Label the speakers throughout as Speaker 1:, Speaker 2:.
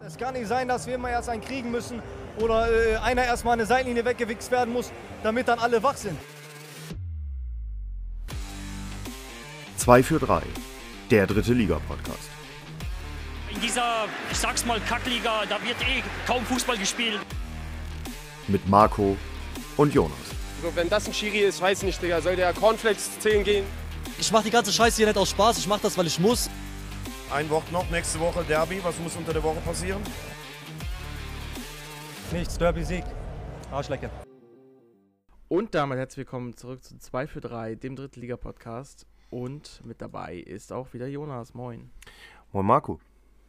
Speaker 1: Es kann nicht sein, dass wir immer erst einen kriegen müssen oder einer erstmal eine Seitenlinie weggewichst werden muss, damit dann alle wach sind.
Speaker 2: 2 für 3, der dritte Liga-Podcast.
Speaker 3: In dieser, ich sag's mal, Kackliga, da wird kaum Fußball gespielt.
Speaker 2: Mit Marco und Jonas.
Speaker 4: Also wenn das ein Schiri ist, weiß nicht, Digga, soll der Cornflakes zählen gehen?
Speaker 5: Ich mach die ganze Scheiße hier nicht aus Spaß, ich mach das, weil ich muss.
Speaker 6: Ein Wort noch, nächste Woche Derby, was muss unter der Woche passieren?
Speaker 1: Nichts, Derby-Sieg. Arschlecken.
Speaker 7: Und damit herzlich willkommen zurück zu 2 für 3, dem Drittliga-Podcast. Und mit dabei ist auch wieder Jonas. Moin.
Speaker 2: Moin Marco.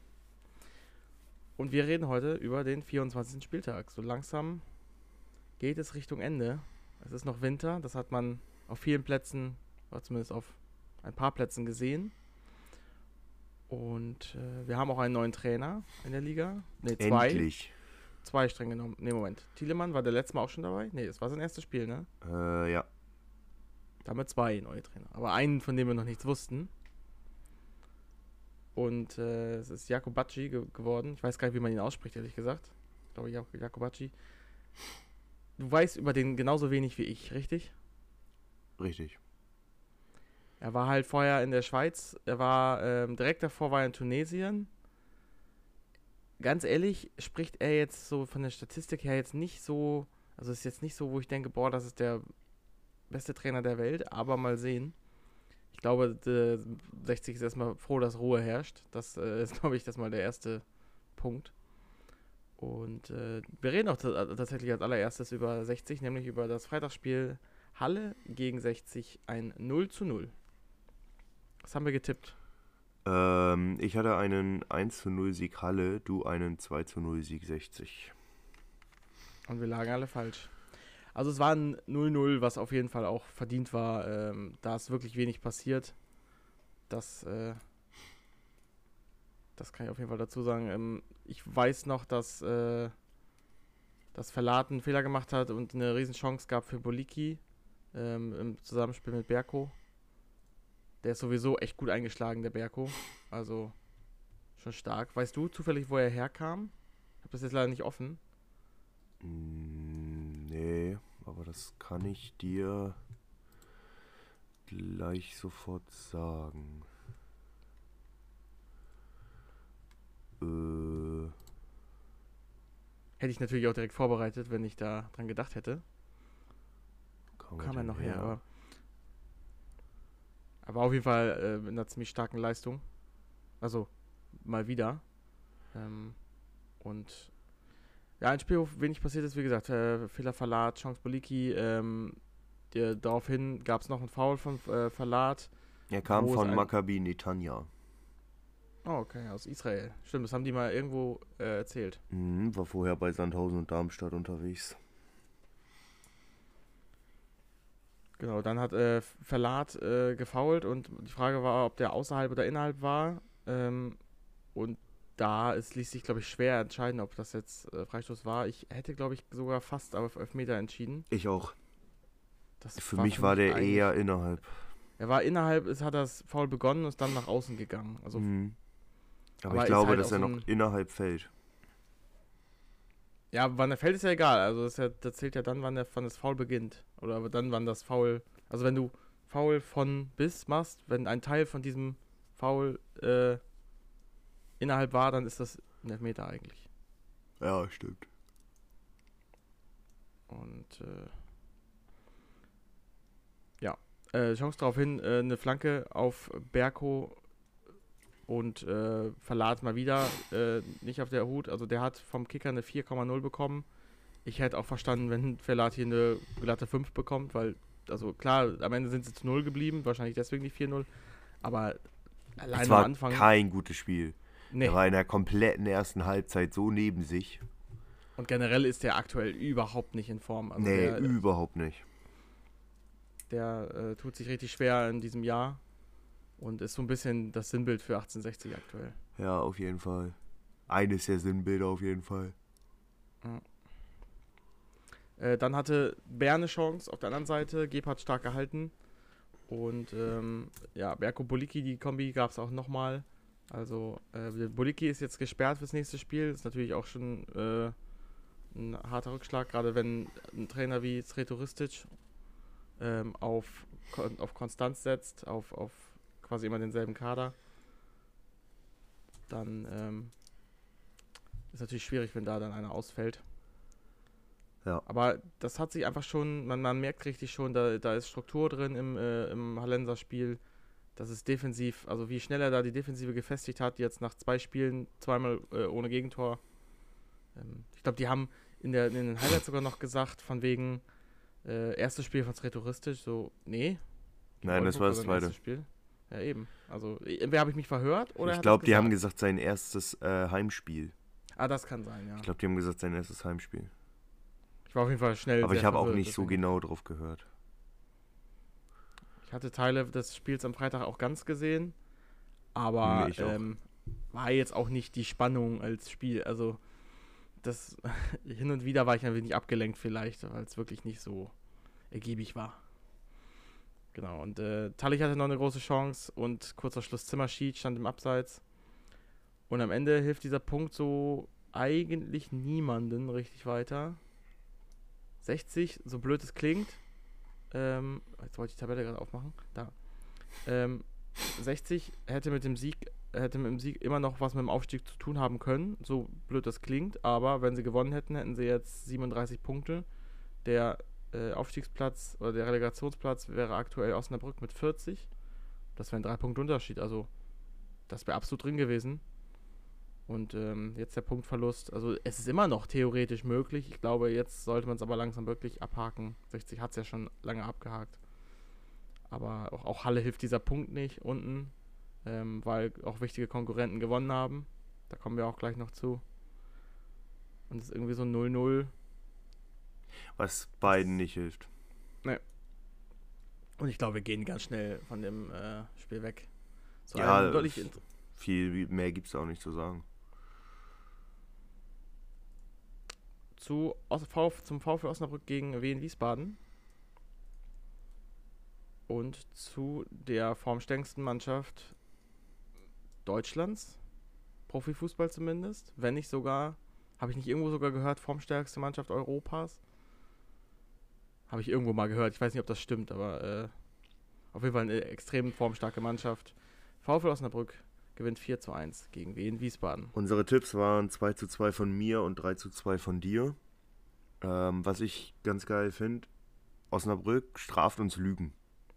Speaker 7: Und wir reden heute über den 24. Spieltag. So langsam geht es Richtung Ende. Es ist noch Winter, das hat man auf vielen Plätzen, oder zumindest auf ein paar Plätzen gesehen. Und wir haben auch einen neuen Trainer in der Liga. Ne, zwei.
Speaker 2: Endlich.
Speaker 7: Zwei streng genommen. Ne, Moment. Thielemann war der letzte Mal auch schon dabei? Ne, das war sein erstes Spiel, ne?
Speaker 2: Ja.
Speaker 7: Da haben wir zwei neue Trainer. Aber einen, von dem wir noch nichts wussten. Und es ist Jakobacci geworden. Ich weiß gar nicht, wie man ihn ausspricht, ehrlich gesagt. Ich glaube, Jakobacci. Du weißt über den genauso wenig wie ich, richtig?
Speaker 2: Richtig.
Speaker 7: Er war halt vorher in der Schweiz. Er war direkt davor war er in Tunesien. Ganz ehrlich, spricht er jetzt so von der Statistik her jetzt nicht so. Also ist jetzt nicht so, wo ich denke, boah, das ist der beste Trainer der Welt. Aber mal sehen. Ich glaube, 60 ist erstmal froh, dass Ruhe herrscht. Das ist, glaube ich, das mal der erste Punkt. Und wir reden auch tatsächlich als allererstes über 60, nämlich über das Freitagsspiel Halle gegen 60, ein 0:0. Was haben wir getippt?
Speaker 2: Ich hatte einen 1:0 Sieg Halle, du einen 2:0 Sieg 60.
Speaker 7: Und wir lagen alle falsch. Also es war ein 0:0, was auf jeden Fall auch verdient war. Da ist wirklich wenig passiert. Das kann ich auf jeden Fall dazu sagen. Ich weiß noch, dass Verlat einen Fehler gemacht hat und eine Riesenchance gab für Boliki im Zusammenspiel mit Berko. Der ist sowieso echt gut eingeschlagen, der Berko. Also schon stark. Weißt du zufällig, wo er herkam? Ich habe das jetzt leider nicht offen.
Speaker 2: Nee, aber das kann ich dir gleich sofort sagen.
Speaker 7: Hätte ich natürlich auch direkt vorbereitet, wenn ich da dran gedacht hätte. Kam er noch her, aber auf jeden Fall mit einer ziemlich starken Leistung. Also, mal wieder. Und ja, ein Spiel, wo wenig passiert ist, wie gesagt, Fehler Verlat, Chance Boliki, daraufhin gab es noch einen Foul von Verlat.
Speaker 2: Er kam von Maccabi Netanya.
Speaker 7: Oh, okay, aus Israel. Stimmt, das haben die mal irgendwo erzählt.
Speaker 2: War vorher bei Sandhausen und Darmstadt unterwegs.
Speaker 7: Genau, dann hat Verlat gefoult und die Frage war, ob der außerhalb oder innerhalb war. Und da ließ sich, glaube ich, schwer entscheiden, ob das jetzt Freistoß war. Ich hätte, glaube ich, sogar fast auf Elfmeter entschieden.
Speaker 2: Ich auch. Für mich war der eher innerhalb.
Speaker 7: Er war innerhalb, es hat das Foul begonnen und ist dann nach außen gegangen. Also,
Speaker 2: aber ich glaube, dass er noch innerhalb fällt. Ja,
Speaker 7: wann er fällt, ist ja egal. Also das zählt ja dann, wann das Foul beginnt. Oder dann, wann das Foul. Also wenn du Foul von bis machst, wenn ein Teil von diesem Foul innerhalb war, dann ist das ein Elfmeter eigentlich.
Speaker 2: Ja, stimmt.
Speaker 7: Und Chance darauf hin, eine Flanke auf Berko und Verlat mal wieder nicht auf der Hut. Also der hat vom Kicker eine 4,0 bekommen. Ich hätte auch verstanden, wenn Verlat hier eine glatte 5 bekommt, weil, also klar, am Ende sind sie zu 0 geblieben, wahrscheinlich deswegen die 4-0. Aber allein am Anfang.
Speaker 2: Es war kein gutes Spiel.
Speaker 7: Nee.
Speaker 2: Er war in der kompletten ersten Halbzeit so neben sich.
Speaker 7: Und generell ist der aktuell überhaupt nicht in Form. Also
Speaker 2: überhaupt nicht.
Speaker 7: Der tut sich richtig schwer in diesem Jahr und ist so ein bisschen das Sinnbild für 1860 aktuell.
Speaker 2: Ja, auf jeden Fall. Eines der Sinnbilder auf jeden Fall.
Speaker 7: Ja. Dann hatte Bär eine Chance auf der anderen Seite, Gebhardt stark gehalten und Berko Boliki, die Kombi gab es auch nochmal. Also, Buliki ist jetzt gesperrt fürs nächste Spiel. Ist natürlich auch schon ein harter Rückschlag, gerade wenn ein Trainer wie Sretoristic auf Konstanz setzt, auf quasi immer denselben Kader. Dann ist natürlich schwierig, wenn da dann einer ausfällt.
Speaker 2: Ja.
Speaker 7: Aber das hat sich einfach schon, man merkt richtig schon, da ist Struktur drin im Hallenser Spiel. Das ist defensiv, also wie schnell er da die Defensive gefestigt hat, jetzt nach 2 Spielen, zweimal ohne Gegentor. Ich glaube, die haben in den Highlights sogar noch gesagt, von wegen erstes Spiel von Sretoristic, so, nee.
Speaker 2: Nein, das war das zweite.
Speaker 7: Spiel. Ja, eben. Also, entweder habe ich mich verhört oder
Speaker 2: Ich glaube, die haben gesagt, sein erstes Heimspiel.
Speaker 7: Ah, das kann sein, ja.
Speaker 2: Ich glaube, die haben gesagt, sein erstes Heimspiel.
Speaker 7: Ich war auf jeden Fall schnell.
Speaker 2: Aber ich habe auch nicht
Speaker 7: deswegen.
Speaker 2: so genau drauf gehört.
Speaker 7: Ich hatte Teile des Spiels am Freitag auch ganz gesehen, aber war jetzt auch nicht die Spannung als Spiel. Also, das hin und wieder war ich ein wenig abgelenkt vielleicht, weil es wirklich nicht so ergiebig war. Genau, und Tallich hatte noch eine große Chance und kurz vor Schluss Zimmerschied stand im Abseits. Und am Ende hilft dieser Punkt so eigentlich niemanden richtig weiter. 60, so blöd es klingt. Jetzt wollte ich die Tabelle gerade aufmachen. Da. 60 hätte mit dem Sieg immer noch was mit dem Aufstieg zu tun haben können. So blöd das klingt. Aber wenn sie gewonnen hätten, hätten sie jetzt 37 Punkte. Der Aufstiegsplatz oder der Relegationsplatz wäre aktuell Osnabrück mit 40. Das wäre ein 3-Punkte-Unterschied. Also das wäre absolut drin gewesen. Und jetzt der Punktverlust. Also es ist immer noch theoretisch möglich. Ich glaube, jetzt sollte man es aber langsam wirklich abhaken. 60 hat es ja schon lange abgehakt. Aber auch Halle hilft dieser Punkt nicht unten, weil auch wichtige Konkurrenten gewonnen haben. Da kommen wir auch gleich noch zu. Und es ist irgendwie so ein 0-0.
Speaker 2: Was beiden nicht hilft.
Speaker 7: Ne. Und ich glaube, wir gehen ganz schnell von dem Spiel weg. So
Speaker 2: Ja, viel mehr gibt es auch nicht zu sagen.
Speaker 7: Zum VfL Osnabrück gegen Wien Wiesbaden. Und zu der formstärksten Mannschaft Deutschlands. Profifußball zumindest. Wenn nicht sogar, habe ich nicht irgendwo sogar gehört, formstärkste Mannschaft Europas. Habe ich irgendwo mal gehört. Ich weiß nicht, ob das stimmt, aber auf jeden Fall eine extrem formstarke Mannschaft. VfL Osnabrück gewinnt 4-1 gegen Wien Wiesbaden.
Speaker 2: Unsere Tipps waren 2-2 von mir und 3-2 von dir. Was ich ganz geil finde, Osnabrück straft uns Lügen.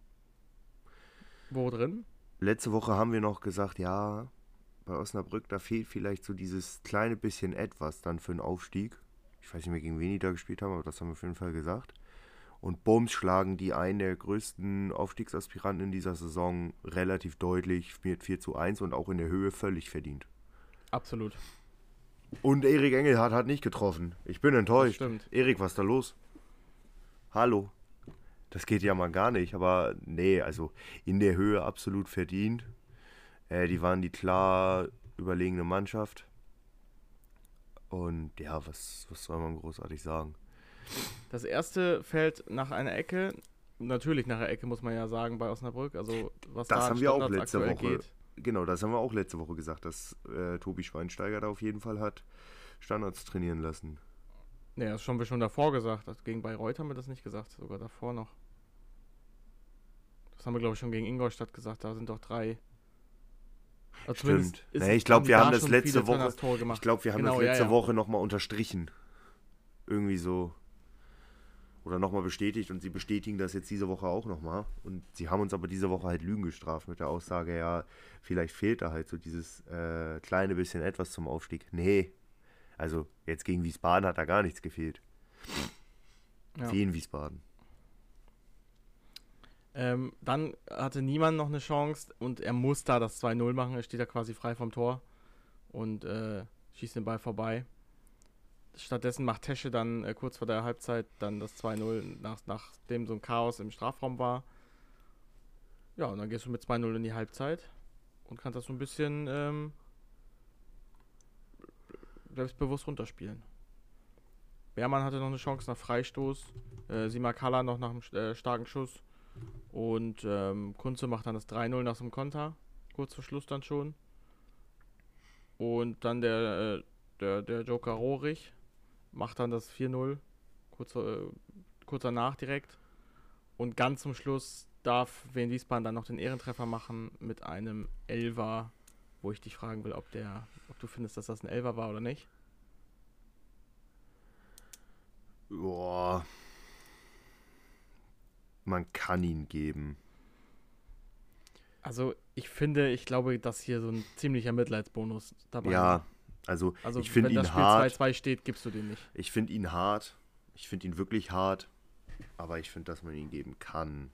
Speaker 7: Wo drin?
Speaker 2: Letzte Woche haben wir noch gesagt, ja, bei Osnabrück, da fehlt vielleicht so dieses kleine bisschen etwas dann für einen Aufstieg. Ich weiß nicht mehr, gegen wen die da gespielt haben, aber das haben wir auf jeden Fall gesagt. Und bums schlagen die einen der größten Aufstiegsaspiranten in dieser Saison relativ deutlich mit 4-1 und auch in der Höhe völlig verdient.
Speaker 7: Absolut.
Speaker 2: Und Erik Engelhardt hat nicht getroffen. Ich bin enttäuscht.
Speaker 7: Das stimmt.
Speaker 2: Erik, was ist da los? Hallo? Das geht ja mal gar nicht, aber nee, also in der Höhe absolut verdient. Die waren die klar überlegene Mannschaft. Und ja, was soll man großartig sagen?
Speaker 7: Das erste fällt nach einer Ecke. Natürlich nach einer Ecke, muss man ja sagen, bei Osnabrück. Also was
Speaker 2: Das
Speaker 7: da
Speaker 2: haben wir auch
Speaker 7: Standards
Speaker 2: letzte
Speaker 7: aktuell
Speaker 2: Woche.
Speaker 7: geht.
Speaker 2: Genau, das haben wir auch letzte Woche gesagt, dass Tobi Schweinsteiger da auf jeden Fall hat Standards trainieren lassen.
Speaker 7: Nee, das haben wir schon davor gesagt. Gegen Bayreuth haben wir das nicht gesagt, sogar davor noch. Das haben wir, glaube ich, schon gegen Ingolstadt gesagt. Da sind doch 3. Also
Speaker 2: Stimmt. Nee, ich glaube, wir haben das letzte Woche. Ich glaube, wir haben das letzte Woche nochmal unterstrichen. Irgendwie so. Oder nochmal bestätigt und sie bestätigen das jetzt diese Woche auch nochmal. Und sie haben uns aber diese Woche halt Lügen gestraft mit der Aussage, ja, vielleicht fehlt da halt so dieses kleine bisschen etwas zum Aufstieg. Nee, also jetzt gegen Wiesbaden hat da gar nichts gefehlt.
Speaker 7: Ja.
Speaker 2: Wie in Wiesbaden.
Speaker 7: Dann hatte niemand noch eine Chance und er muss da das 2-0 machen. Er steht da quasi frei vom Tor und schießt den Ball vorbei. Stattdessen macht Tesche dann kurz vor der Halbzeit dann das 2-0, nachdem so ein Chaos im Strafraum war. Ja, und dann gehst du mit 2-0 in die Halbzeit und kannst das so ein bisschen selbstbewusst runterspielen. Beermann hatte noch eine Chance nach Freistoß, Simakala noch nach einem starken Schuss und Kunze macht dann das 3-0 nach so einem Konter, kurz vor Schluss dann schon. Und dann der Joker Rohrig macht dann das 4-0, kurz danach direkt. Und ganz zum Schluss darf Wien Wiesbaden dann noch den Ehrentreffer machen mit einem Elfer, wo ich dich fragen will, ob du findest, dass das ein Elfer war oder nicht.
Speaker 2: Boah. Man kann ihn geben.
Speaker 7: Also ich glaube, dass hier so ein ziemlicher Mitleidsbonus dabei ist.
Speaker 2: Ja, also ich finde ihn hart.
Speaker 7: Wenn das Spiel 2-2 steht, gibst du den nicht.
Speaker 2: Ich finde ihn hart. Ich finde ihn wirklich hart. Aber ich finde, dass man ihn geben kann.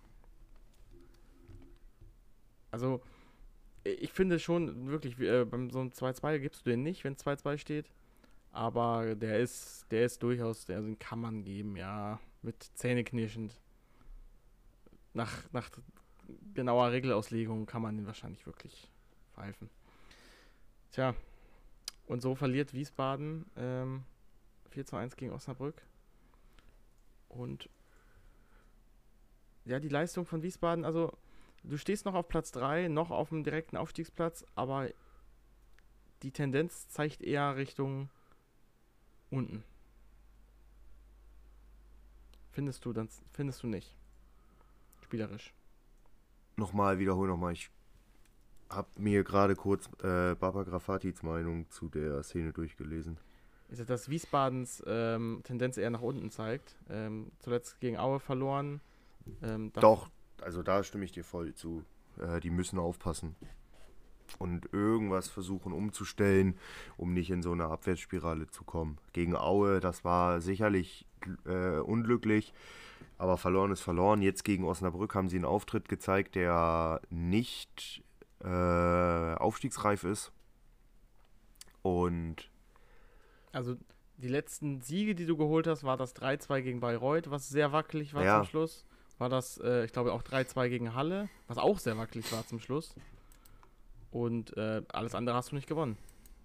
Speaker 7: Also, ich finde schon wirklich, beim so einem 2-2 gibst du den nicht, wenn 2-2 steht. Aber der ist durchaus, den kann man geben, ja. Mit zähneknirschend. Nach genauer Regelauslegung kann man den wahrscheinlich wirklich pfeifen. Tja, und so verliert Wiesbaden 4-1 gegen Osnabrück. Und ja, die Leistung von Wiesbaden, also du stehst noch auf Platz 3, noch auf dem direkten Aufstiegsplatz, aber die Tendenz zeigt eher Richtung unten. Findest du nicht? Spielerisch.
Speaker 2: Wiederhol nochmal. Ich habe mir gerade kurz Baba Grafatis Meinung zu der Szene durchgelesen.
Speaker 7: Ist es, dass Wiesbadens Tendenz eher nach unten zeigt? Zuletzt gegen Aue verloren.
Speaker 2: Doch, also da stimme ich dir voll zu. Die müssen aufpassen und irgendwas versuchen umzustellen, um nicht in so eine Abwärtsspirale zu kommen. Gegen Aue, das war sicherlich unglücklich, aber verloren ist verloren. Jetzt gegen Osnabrück haben sie einen Auftritt gezeigt, der nicht aufstiegsreif ist. Und
Speaker 7: also die letzten Siege, die du geholt hast, war das 3-2 gegen Bayreuth, was sehr wackelig war zum Schluss. War das, ich glaube, auch 3-2 gegen Halle, was auch sehr wackelig war zum Schluss. Und alles andere hast du nicht gewonnen.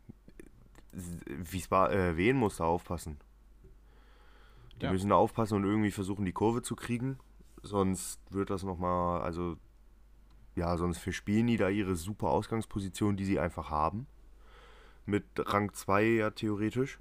Speaker 2: Wien muss da aufpassen. Die müssen da aufpassen und irgendwie versuchen, die Kurve zu kriegen. Sonst wird das nochmal, sonst verspielen die da ihre super Ausgangsposition, die sie einfach haben. Mit Rang 2 ja theoretisch.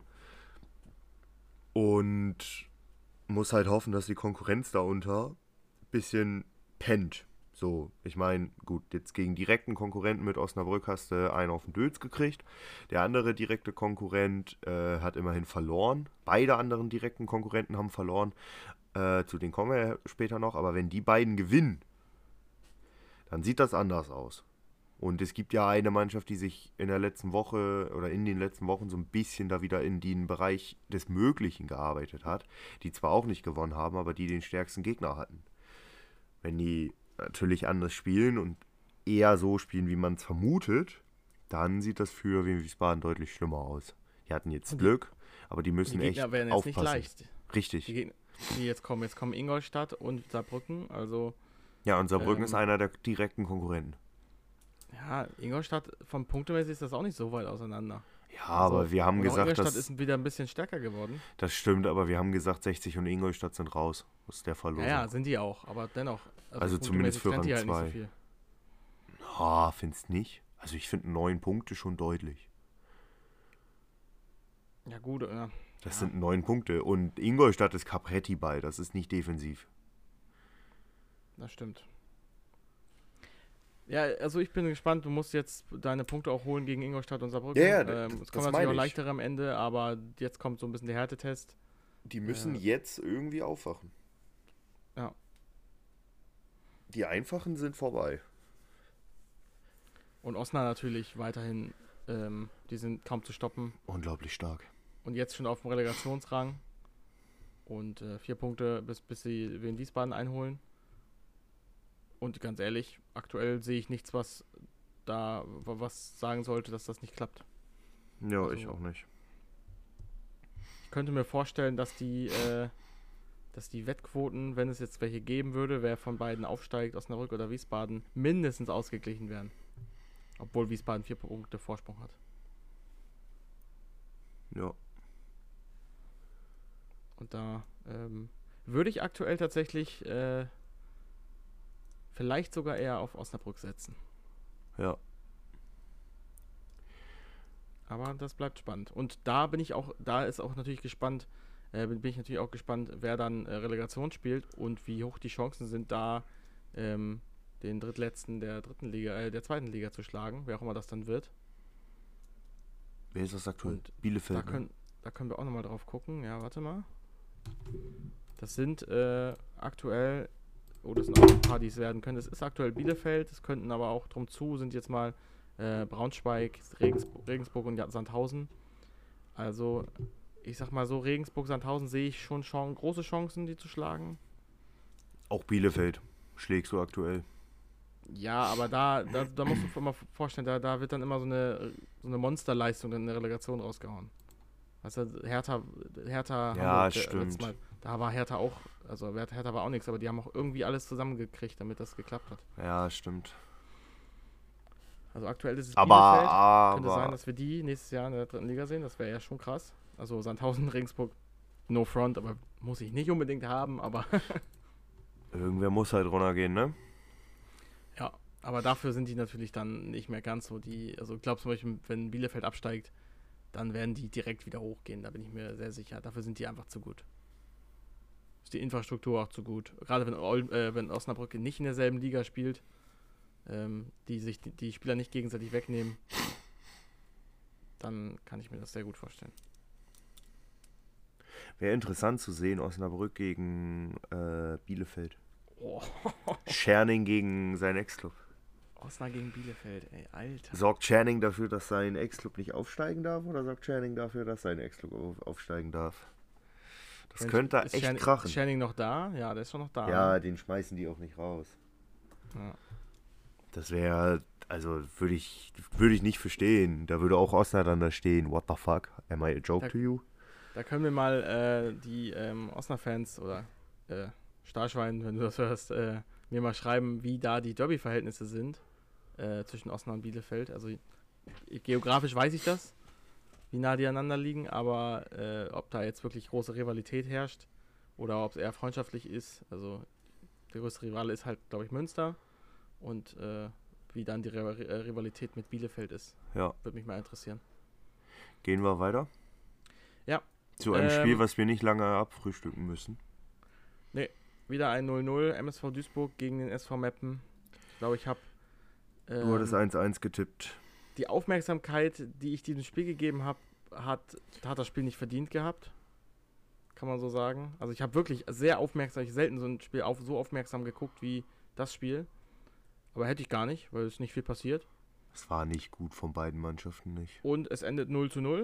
Speaker 2: Und muss halt hoffen, dass die Konkurrenz darunter bisschen pennt. So, ich meine, gut, jetzt gegen direkten Konkurrenten mit Osnabrück hast du einen auf den Dötz gekriegt. Der andere direkte Konkurrent hat immerhin verloren. Beide anderen direkten Konkurrenten haben verloren. Zu denen kommen wir später noch. Aber wenn die beiden gewinnen, dann sieht das anders aus. Und es gibt ja eine Mannschaft, die sich in den letzten Wochen so ein bisschen da wieder in den Bereich des Möglichen gearbeitet hat, die zwar auch nicht gewonnen haben, aber die den stärksten Gegner hatten. Wenn die natürlich anders spielen und eher so spielen, wie man es vermutet, dann sieht das für Wien Wiesbaden deutlich schlimmer aus. Die hatten jetzt Glück, aber die müssen echt aufpassen. Die Gegner werden jetzt nicht leicht.
Speaker 7: Richtig. Die Gegner, die jetzt kommen Ingolstadt und Saarbrücken, also...
Speaker 2: Ja, und Saarbrücken ist einer der direkten Konkurrenten.
Speaker 7: Ja, Ingolstadt, vom Punktemäßig ist das auch nicht so weit auseinander.
Speaker 2: Ja, aber wir haben gesagt,
Speaker 7: Ingolstadt ist wieder ein bisschen stärker geworden.
Speaker 2: Das stimmt, aber wir haben gesagt, 60 und Ingolstadt sind raus aus der Verlosung.
Speaker 7: Ja, sind die auch, aber dennoch.
Speaker 2: Also zumindest für Rang 2.
Speaker 7: Halt nicht
Speaker 2: so findest nicht? Also ich finde 9 Punkte schon deutlich.
Speaker 7: Ja gut, ja.
Speaker 2: Das sind 9 Punkte und Ingolstadt ist Capretti-Ball, das ist nicht defensiv.
Speaker 7: Das stimmt. Ja, also ich bin gespannt, du musst jetzt deine Punkte auch holen gegen Ingolstadt und Saarbrücken.
Speaker 2: Ja,
Speaker 7: es kommt natürlich auch leichtere am Ende, aber jetzt kommt so ein bisschen der Härtetest.
Speaker 2: Die müssen jetzt irgendwie aufwachen.
Speaker 7: Ja.
Speaker 2: Die einfachen sind vorbei.
Speaker 7: Und Osnabrück natürlich weiterhin, die sind kaum zu stoppen.
Speaker 2: Unglaublich stark.
Speaker 7: Und jetzt schon auf dem Relegationsrang. Und 4 Punkte, bis sie Wien Wiesbaden einholen. Und ganz ehrlich, aktuell sehe ich nichts, was sagen sollte, dass das nicht klappt.
Speaker 2: Ja, also, ich auch nicht.
Speaker 7: Ich könnte mir vorstellen, dass die Wettquoten, wenn es jetzt welche geben würde, wer von beiden aufsteigt, Osnabrück oder Wiesbaden, mindestens ausgeglichen wären. Obwohl Wiesbaden 4 Punkte Vorsprung hat.
Speaker 2: Ja.
Speaker 7: Und da würde ich aktuell tatsächlich vielleicht sogar eher auf Osnabrück setzen.
Speaker 2: Ja.
Speaker 7: Aber das bleibt spannend. Und da ist auch natürlich gespannt, wer dann Relegation spielt und wie hoch die Chancen sind, da den Drittletzten der zweiten Liga zu schlagen, wer auch immer das dann wird.
Speaker 2: Wer ist das aktuell? Bielefeld.
Speaker 7: Da können wir auch nochmal drauf gucken. Ja, warte mal. Das sind aktuell, das sind auch ein paar, die es werden können. Das ist aktuell Bielefeld, es könnten aber auch sind jetzt mal Braunschweig, Regensburg und Sandhausen. Also, ich sag mal so, Regensburg, Sandhausen sehe ich schon große Chancen, die zu schlagen.
Speaker 2: Auch Bielefeld schlägst du aktuell.
Speaker 7: Ja, aber da musst du dir mal vorstellen, da wird dann immer so eine Monsterleistung in der Relegation rausgehauen. Weißt du, Hertha
Speaker 2: ja,
Speaker 7: Hamburg,
Speaker 2: stimmt.
Speaker 7: Da war Hertha auch, also Hertha war auch nichts, aber die haben auch irgendwie alles zusammengekriegt, damit das geklappt hat.
Speaker 2: Ja, stimmt.
Speaker 7: Also aktuell ist es
Speaker 2: Bielefeld.
Speaker 7: Könnte sein, dass wir die nächstes Jahr in der 3. Liga sehen, das wäre ja schon krass. Also Sandhausen, Regensburg, no front, aber muss ich nicht unbedingt haben, aber
Speaker 2: irgendwer muss halt runtergehen, ne?
Speaker 7: Ja, aber dafür sind die natürlich dann nicht mehr ganz so also ich glaube zum Beispiel, wenn Bielefeld absteigt, dann werden die direkt wieder hochgehen, da bin ich mir sehr sicher. Dafür sind die einfach zu gut. Ist die Infrastruktur auch zu gut. Gerade wenn Osnabrück nicht in derselben Liga spielt, die sich die Spieler nicht gegenseitig wegnehmen, dann kann ich mir das sehr gut vorstellen.
Speaker 2: Wäre interessant zu sehen, Osnabrück gegen Bielefeld.
Speaker 7: Oh.
Speaker 2: Tscherning gegen seinen Ex-Club.
Speaker 7: Osnabrück gegen Bielefeld, ey, Alter.
Speaker 2: Sorgt Tscherning dafür, dass sein Ex-Club nicht aufsteigen darf, oder sorgt Tscherning dafür, dass sein Ex-Club aufsteigen darf? Das könnte echt krachen.
Speaker 7: Ist Tscherning noch da? Ja, der ist schon noch da.
Speaker 2: Ja, den schmeißen die auch nicht raus.
Speaker 7: Ja.
Speaker 2: Das wäre, also würde ich nicht verstehen. Da würde auch Osnabrück dann da stehen. What the fuck? Am I a joke to you?
Speaker 7: Da können wir mal die Osnabrück-Fans oder Starschwein, wenn du das hörst, mir mal schreiben, wie da die Derby-Verhältnisse sind zwischen Osnabrück und Bielefeld. Also geografisch weiß ich das, wie nah die aneinander liegen, aber ob da jetzt wirklich große Rivalität herrscht oder ob es eher freundschaftlich ist. Also der größte Rivale ist halt, glaube ich, Münster. Und wie dann die Rivalität mit Bielefeld ist.
Speaker 2: Ja.
Speaker 7: Würde mich mal interessieren.
Speaker 2: Gehen wir weiter?
Speaker 7: Ja.
Speaker 2: Zu einem Spiel, was wir nicht lange abfrühstücken müssen.
Speaker 7: Nee, wieder ein 0-0. MSV Duisburg gegen den SV Meppen. Ich glaube, ich habe
Speaker 2: du hattest 1-1 getippt.
Speaker 7: Die Aufmerksamkeit, die ich diesem Spiel gegeben habe, hat das Spiel nicht verdient gehabt. Kann man so sagen. Also ich habe wirklich sehr aufmerksam, ich selten so ein Spiel so aufmerksam geguckt wie das Spiel. Aber hätte ich gar nicht, weil es nicht viel passiert.
Speaker 2: Es war nicht gut von beiden Mannschaften, nicht.
Speaker 7: Und es endet 0-0.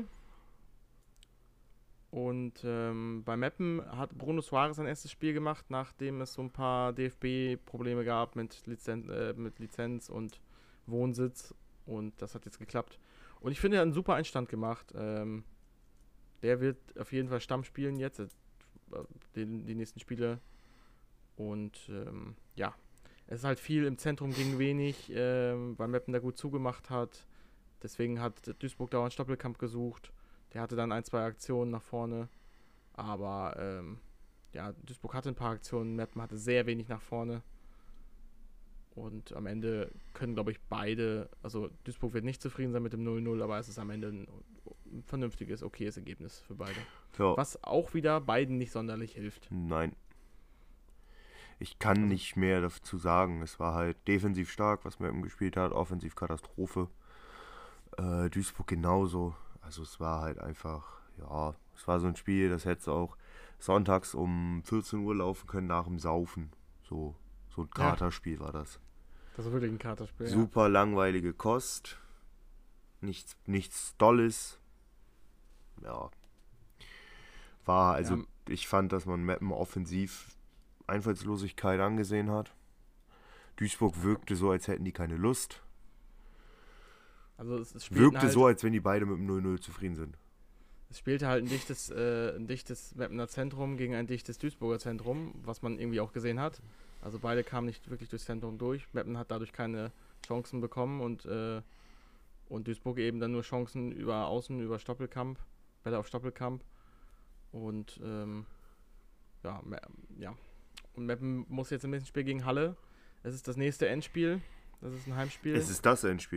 Speaker 7: Und bei Meppen hat Bruno Suarez sein erstes Spiel gemacht, nachdem es so ein paar DFB-Probleme gab mit Lizenz und Wohnsitz. Und das hat jetzt geklappt. Und ich finde, er hat einen super Einstand gemacht. Der wird auf jeden Fall Stamm spielen jetzt, die nächsten Spiele. Und ja. Es ist halt viel im Zentrum gegen wenig, weil Meppen da gut zugemacht hat. Deswegen hat Duisburg dauernd Stoppelkampf gesucht. Der hatte dann 1-2 Aktionen nach vorne. Aber ja, Duisburg hatte ein paar Aktionen, Meppen hatte sehr wenig nach vorne. Und am Ende können, glaube ich, beide, also Duisburg wird nicht zufrieden sein mit dem 0-0, aber es ist am Ende ein vernünftiges, okayes Ergebnis für beide.
Speaker 2: Ja.
Speaker 7: Was auch wieder beiden nicht sonderlich hilft.
Speaker 2: Nein. Ich kann nicht mehr dazu sagen. Es war halt defensiv stark, was Meppen gespielt hat, offensiv Katastrophe. Duisburg genauso. Also es war halt einfach, ja, es war so ein Spiel, das hätte auch sonntags um 14 Uhr laufen können nach dem Saufen. So ein Katerspiel war das.
Speaker 7: Das war wirklich ein Katerspiel.
Speaker 2: Super langweilige Kost. Nichts Dolles. Ja. War, also ich fand, dass man Meppen offensiv Einfallslosigkeit angesehen hat. Duisburg wirkte so, als hätten die keine Lust.
Speaker 7: Also es
Speaker 2: wirkte
Speaker 7: halt
Speaker 2: so, als wenn die beide mit dem 0-0 zufrieden sind.
Speaker 7: Es spielte halt ein dichtes Meppener Zentrum gegen ein dichtes Duisburger Zentrum, was man irgendwie auch gesehen hat. Also beide kamen nicht wirklich durchs Zentrum durch. Meppen hat dadurch keine Chancen bekommen und Duisburg eben dann nur Chancen über Außen, über Stoppelkamp, Bälle auf Stoppelkamp. Und ja. Und Meppen muss jetzt im nächsten Spiel gegen Halle. Es ist das nächste Endspiel. Das ist ein Heimspiel.
Speaker 2: Es ist das Endspiel.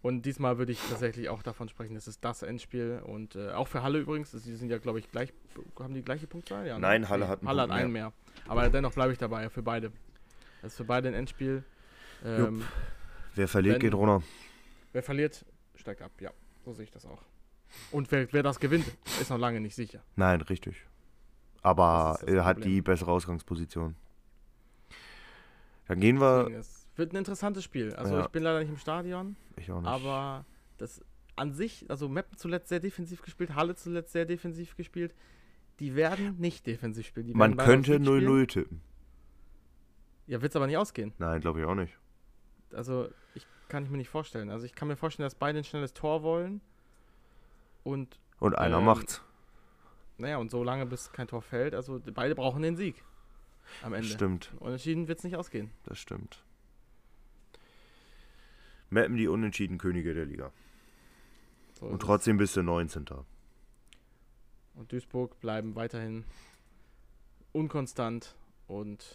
Speaker 7: Und diesmal würde ich tatsächlich auch davon sprechen, das ist das Endspiel. Und auch für Halle übrigens, die sind ja, glaube ich, gleich, haben die gleiche Punktzahl? Ja,
Speaker 2: nein, Halle hat
Speaker 7: einen mehr. Aber dennoch bleibe ich dabei, für beide. Das ist für beide ein Endspiel.
Speaker 2: Wer verliert, geht runter.
Speaker 7: Wer verliert, steigt ab, ja. So sehe ich das auch. Und wer das gewinnt, ist noch lange nicht sicher.
Speaker 2: Nein, richtig. Aber er hat die bessere Ausgangsposition. Dann gehen wir...
Speaker 7: Deswegen, es wird ein interessantes Spiel. Also ich bin leider nicht im Stadion.
Speaker 2: Ich auch nicht.
Speaker 7: Aber das an sich, also Meppen zuletzt sehr defensiv gespielt, Halle zuletzt sehr defensiv gespielt. Die werden nicht defensiv spielen.
Speaker 2: Man könnte 0-0 tippen.
Speaker 7: Ja, wird es aber nicht ausgehen.
Speaker 2: Nein, glaube ich auch nicht.
Speaker 7: Also kann ich mir nicht vorstellen. Also ich kann mir vorstellen, dass beide ein schnelles Tor wollen. Und
Speaker 2: einer macht's.
Speaker 7: Naja, und so lange, bis kein Tor fällt. Also beide brauchen den Sieg am Ende.
Speaker 2: Stimmt.
Speaker 7: Unentschieden wird es nicht ausgehen.
Speaker 2: Das stimmt. Meppen die unentschieden Könige der Liga. So und trotzdem bist du 19.
Speaker 7: Und Duisburg bleiben weiterhin unkonstant und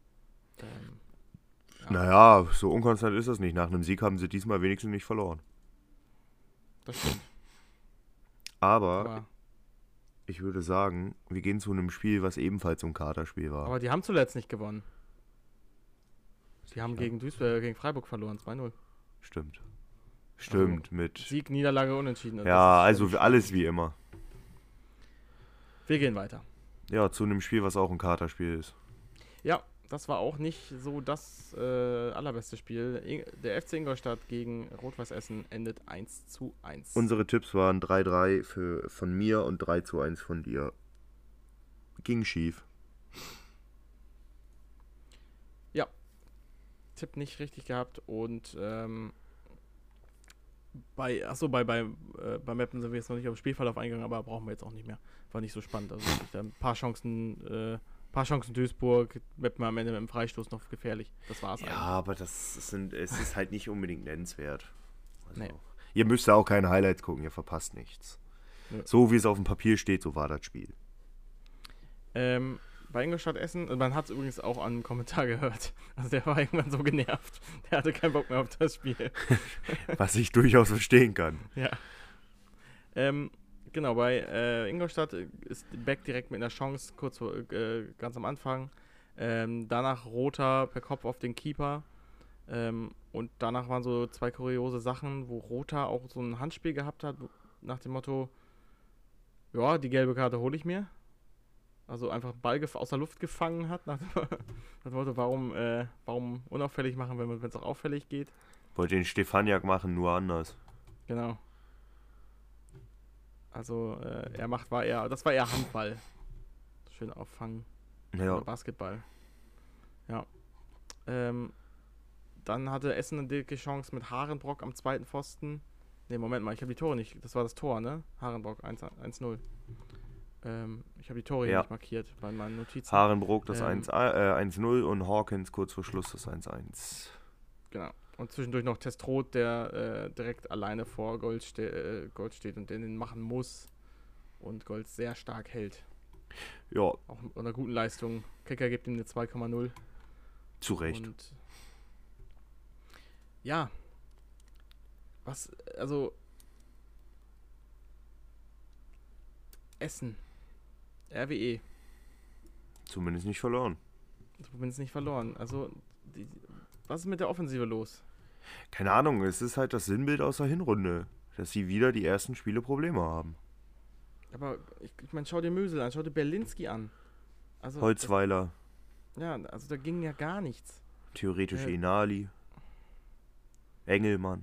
Speaker 2: naja, so unkonstant ist das nicht. Nach einem Sieg haben sie diesmal wenigstens nicht verloren.
Speaker 7: Das stimmt.
Speaker 2: Aber ich würde sagen, wir gehen zu einem Spiel, was ebenfalls so ein Katerspiel war.
Speaker 7: Aber die haben zuletzt nicht gewonnen. Die haben gegen Freiburg verloren, 2-0.
Speaker 2: Stimmt.
Speaker 7: Also
Speaker 2: mit
Speaker 7: Sieg, Niederlage, Unentschieden.
Speaker 2: Ja, also alles wie immer.
Speaker 7: Wir gehen weiter.
Speaker 2: Ja, zu einem Spiel, was auch ein Katerspiel ist.
Speaker 7: Ja, das war auch nicht so das allerbeste Spiel. Der FC Ingolstadt gegen Rot-Weiß Essen endet 1:1.
Speaker 2: Unsere Tipps waren 3-3 von mir und 3:1 von dir. Ging schief.
Speaker 7: Ja. Tipp nicht richtig gehabt und bei Meppen sind wir jetzt noch nicht auf den Spielverlauf eingegangen, aber brauchen wir jetzt auch nicht mehr. War nicht so spannend. Also ein paar Chancen Duisburg, Meppen am Ende mit dem Freistoß noch gefährlich. Das war's eigentlich.
Speaker 2: Ja, aber es ist halt nicht unbedingt nennenswert. Also,
Speaker 7: nee.
Speaker 2: Ihr müsst ja auch keine Highlights gucken, ihr verpasst nichts. Ja. So wie es auf dem Papier steht, so war das Spiel.
Speaker 7: Bei Ingolstadt Essen, man hat es übrigens auch an einem Kommentar gehört. Also der war irgendwann so genervt. Der hatte keinen Bock mehr auf das Spiel.
Speaker 2: Was ich durchaus verstehen kann.
Speaker 7: Ja. Genau, bei Ingolstadt ist Beck direkt mit einer Chance, ganz am Anfang. Danach Rother per Kopf auf den Keeper. Und danach waren so zwei kuriose Sachen, wo Rother auch so ein Handspiel gehabt hat, nach dem Motto, ja, die gelbe Karte hole ich mir. Also einfach Ball aus der Luft gefangen hat, nach dem Motto, warum unauffällig machen, wenn es auch auffällig geht.
Speaker 2: Wollte den Stefaniak machen, nur anders.
Speaker 7: Genau. Also das war eher Handball. Schön auffangen.
Speaker 2: Ja.
Speaker 7: Oder Basketball. Ja. Dann hatte Essen eine dicke Chance mit Harenbrock am zweiten Pfosten. Ne, Moment mal, ich habe die Tore nicht. Das war das Tor, ne? Harenbrock 1-0. Ich habe die Tore hier nicht markiert bei meinen Notizen.
Speaker 2: Harenbrock das 1-0 und Hawkins kurz vor Schluss das 1-1.
Speaker 7: Genau. Und zwischendurch noch Testroth, der direkt alleine vor Gold steht und den machen muss. Und Gold sehr stark hält.
Speaker 2: Ja.
Speaker 7: Auch mit einer guten Leistung. Kicker gibt ihm eine 2,0.
Speaker 2: Zu Recht.
Speaker 7: Und ja. Essen. RWE.
Speaker 2: Zumindest nicht verloren.
Speaker 7: Also, was ist mit der Offensive los?
Speaker 2: Keine Ahnung, es ist halt das Sinnbild aus der Hinrunde, dass sie wieder die ersten Spiele Probleme haben.
Speaker 7: Aber ich meine, schau dir Mösel an, schau dir Berlinski an. Also,
Speaker 2: Holzweiler.
Speaker 7: Also da ging ja gar nichts.
Speaker 2: Theoretisch Inali. Engelmann.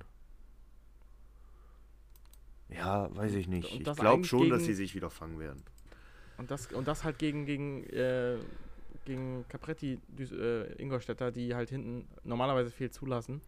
Speaker 2: Ja, weiß ich nicht. Ich glaube schon, dass sie sich wieder fangen werden.
Speaker 7: Und das halt gegen Capretti, Ingolstädter, die halt hinten normalerweise viel zulassen.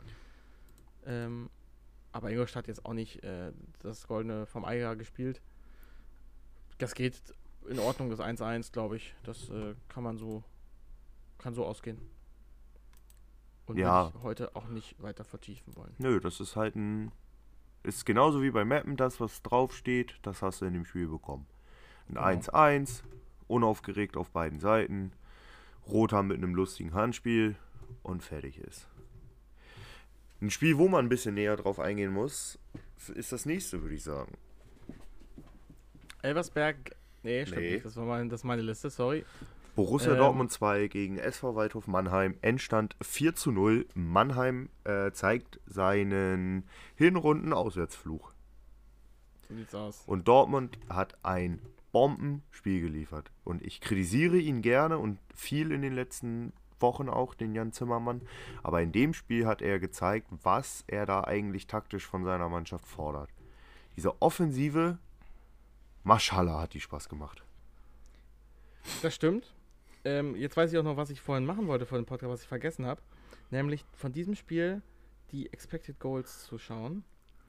Speaker 7: Aber Ingolstadt jetzt auch nicht das Goldene vom Eiger gespielt. Das geht in Ordnung, das 1-1, glaube ich. Das kann so ausgehen. Und würde ich heute auch nicht weiter vertiefen wollen.
Speaker 2: Nö, das ist halt ist genauso wie bei Meppen, das, was draufsteht, das hast du in dem Spiel bekommen. Ein 1-1, unaufgeregt auf beiden Seiten, Rother mit einem lustigen Handspiel und fertig ist. Ein Spiel, wo man ein bisschen näher drauf eingehen muss, ist das nächste, würde ich sagen.
Speaker 7: Elversberg, stimmt nicht, das ist meine Liste, sorry.
Speaker 2: Borussia Dortmund 2 gegen SV Waldhof Mannheim, Endstand 4:0. Mannheim zeigt seinen Hinrunden-Auswärtsfluch.
Speaker 7: So sieht's aus.
Speaker 2: Und Dortmund hat ein Bombenspiel geliefert. Und ich kritisiere ihn gerne und viel in den letzten Wochen auch, den Jan Zimmermann. Aber in dem Spiel hat er gezeigt, was er da eigentlich taktisch von seiner Mannschaft fordert. Diese Offensive, Maschallah, hat die Spaß gemacht.
Speaker 7: Das stimmt. Jetzt weiß ich auch noch, was ich vorhin machen wollte vor dem Podcast, was ich vergessen habe. Nämlich von diesem Spiel die Expected Goals zu schauen.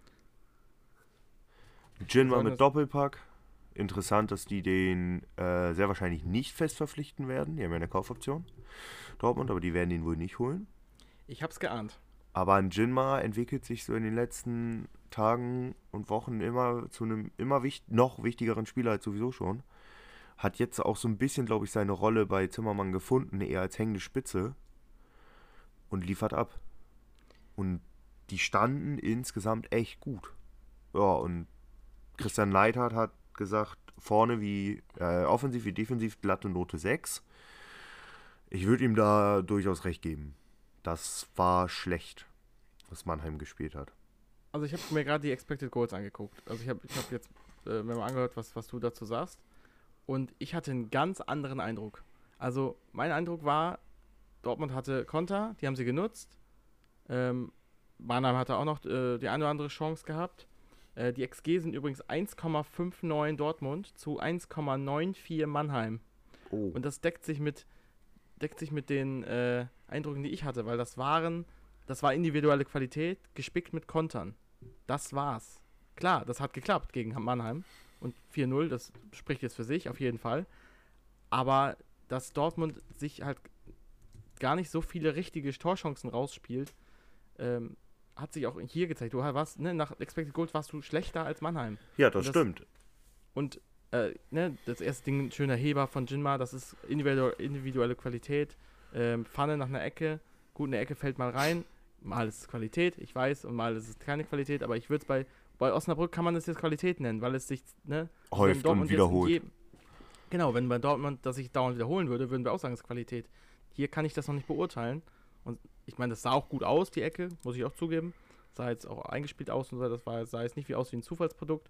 Speaker 2: Jinma mit Doppelpack. Interessant, dass die den sehr wahrscheinlich nicht fest verpflichten werden. Die haben ja eine Kaufoption. Dortmund, aber die werden ihn wohl nicht holen.
Speaker 7: Ich hab's geahnt.
Speaker 2: Aber ein Jinma entwickelt sich so in den letzten Tagen und Wochen immer zu einem noch wichtigeren Spieler als sowieso schon. Hat jetzt auch so ein bisschen, glaube ich, seine Rolle bei Zimmermann gefunden, eher als hängende Spitze. Und liefert ab. Und die standen insgesamt echt gut. Ja, und Christian Neidhardt hat gesagt, vorne wie offensiv wie defensiv glatte Note 6. Ich würde ihm da durchaus recht geben. Das war schlecht, was Mannheim gespielt hat.
Speaker 7: Also ich habe mir gerade die Expected Goals angeguckt. Also ich hab jetzt mir mal angehört, was du dazu sagst. Und ich hatte einen ganz anderen Eindruck. Also mein Eindruck war, Dortmund hatte Konter, die haben sie genutzt. Mannheim hatte auch noch die eine oder andere Chance gehabt. Die XG sind übrigens 1,59 Dortmund zu 1,94 Mannheim.
Speaker 2: Oh.
Speaker 7: Und das deckt sich mit den Eindrücken, die ich hatte, weil das war individuelle Qualität, gespickt mit Kontern. Das war's. Klar, das hat geklappt gegen Mannheim. Und 4:0, das spricht jetzt für sich, auf jeden Fall. Aber dass Dortmund sich halt gar nicht so viele richtige Torchancen rausspielt, hat sich auch hier gezeigt. Du warst, nach Expected Goals warst du schlechter als Mannheim.
Speaker 2: Ja, das stimmt.
Speaker 7: Und das erste Ding, ein schöner Heber von Jinma, das ist individuelle Qualität. Pfanne nach einer Ecke, gut, eine Ecke fällt mal rein. Mal ist es Qualität, ich weiß, und mal ist es keine Qualität, aber ich würde es bei Osnabrück kann man das jetzt Qualität nennen, weil es sich
Speaker 2: häuft und wiederholt.
Speaker 7: Genau, wenn bei Dortmund das sich dauernd wiederholen würde, würden wir auch sagen, es ist Qualität. Hier kann ich das noch nicht beurteilen. Und ich meine, das sah auch gut aus, die Ecke, muss ich auch zugeben. Sah jetzt auch eingespielt aus und so, sah jetzt nicht aus wie ein Zufallsprodukt.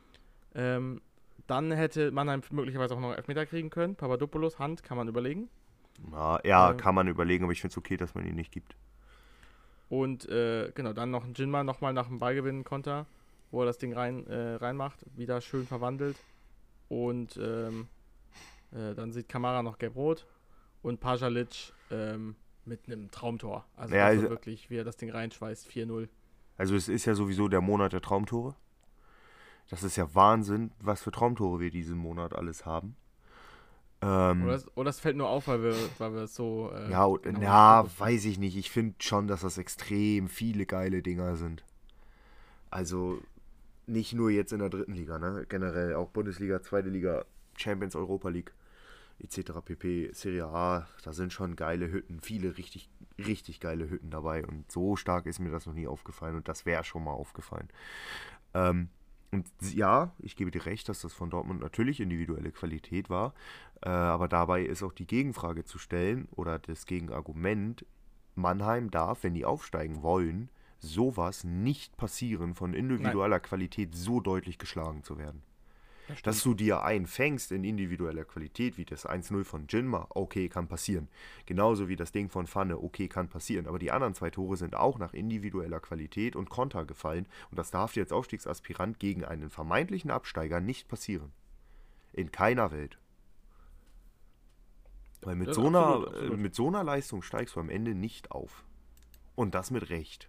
Speaker 7: Dann hätte Mannheim möglicherweise auch noch einen Elfmeter kriegen können. Papadopoulos, Hand, kann man überlegen.
Speaker 2: Kann man überlegen, aber ich finde es okay, dass man ihn nicht gibt.
Speaker 7: Und genau, dann noch ein Jinma nochmal nach dem Ballgewinn Konter, wo er das Ding reinmacht, wieder schön verwandelt. Und dann sieht Kamara noch gelb-rot und Pajalic mit einem Traumtor. Also, wirklich, wie er das Ding reinschweißt, 4:0.
Speaker 2: Also es ist ja sowieso der Monat der Traumtore. Das ist ja Wahnsinn, was für Traumtore wir diesen Monat alles haben.
Speaker 7: Oder es fällt nur auf, weil wir es so...
Speaker 2: weiß ich nicht. Ich finde schon, dass das extrem viele geile Dinger sind. Also nicht nur jetzt in der dritten Liga, ne? Generell auch Bundesliga, zweite Liga, Champions, Europa League, etc. pp. Serie A, da sind schon geile Hütten, viele richtig, richtig geile Hütten dabei. Und so stark ist mir das noch nie aufgefallen und das wäre schon mal aufgefallen. Und ja, ich gebe dir recht, dass das von Dortmund natürlich individuelle Qualität war, aber dabei ist auch die Gegenfrage zu stellen oder das Gegenargument, Mannheim darf, wenn die aufsteigen wollen, sowas nicht passieren, von individueller Qualität so deutlich geschlagen zu werden. Dass du dir einfängst in individueller Qualität, wie das 1:0 von Jinma, okay, kann passieren. Genauso wie das Ding von Pfanne, okay, kann passieren. Aber die anderen 2 Tore sind auch nach individueller Qualität und Konter gefallen. Und das darf dir als Aufstiegsaspirant gegen einen vermeintlichen Absteiger nicht passieren. In keiner Welt. Weil mit so einer Leistung steigst du am Ende nicht auf. Und das mit Recht.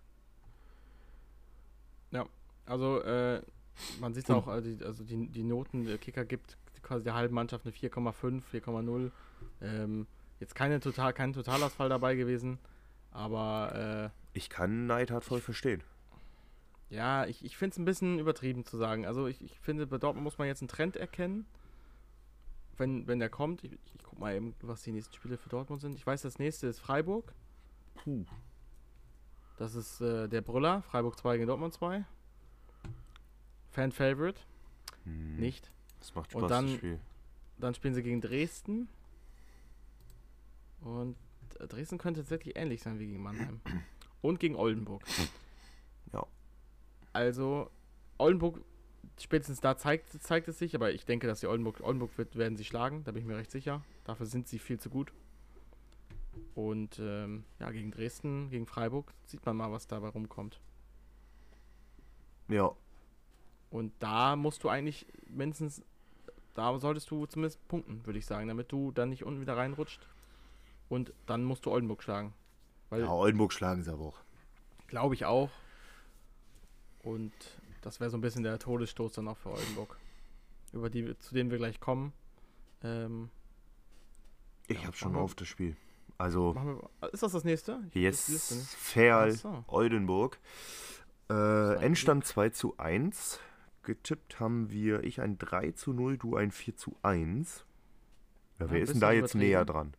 Speaker 7: Ja, also man sieht es auch, also die Noten, der Kicker gibt quasi der halben Mannschaft eine 4,5, 4,0. Jetzt kein Totalausfall dabei gewesen, aber
Speaker 2: ich kann Neidhardt voll verstehen.
Speaker 7: Ja, ich finde es ein bisschen übertrieben zu sagen. Also ich finde, bei Dortmund muss man jetzt einen Trend erkennen, wenn der kommt. Ich guck mal eben, was die nächsten Spiele für Dortmund sind. Ich weiß, das nächste ist Freiburg. Das ist der Brüller, Freiburg 2 gegen Dortmund 2. Fan-Favorite. Nicht.
Speaker 2: Das macht Spaß,
Speaker 7: und
Speaker 2: das Spiel.
Speaker 7: Dann spielen sie gegen Dresden. Und Dresden könnte tatsächlich ähnlich sein wie gegen Mannheim. Und gegen Oldenburg.
Speaker 2: Ja.
Speaker 7: Also, Oldenburg, spätestens da zeigt es sich, aber ich denke, dass die Oldenburg werden sie schlagen, da bin ich mir recht sicher. Dafür sind sie viel zu gut. Und gegen Dresden, gegen Freiburg sieht man mal, was dabei rumkommt.
Speaker 2: Ja.
Speaker 7: Und da musst du eigentlich mindestens, da solltest du zumindest punkten, würde ich sagen, damit du dann nicht unten wieder reinrutscht. Und dann musst du Oldenburg schlagen. Weil
Speaker 2: Oldenburg schlagen sie aber auch. Glaube ich auch.
Speaker 7: Und das wäre so ein bisschen der Todesstoß dann auch für Oldenburg. Zu denen wir gleich kommen.
Speaker 2: Ich habe schon auf das Spiel. Also.
Speaker 7: Ist das nächste?
Speaker 2: Yes. Ferl, Oldenburg. Endstand 2:1. Getippt haben ich ein 3:0, du ein 4:1. Ja, wer ist denn da jetzt näher dran?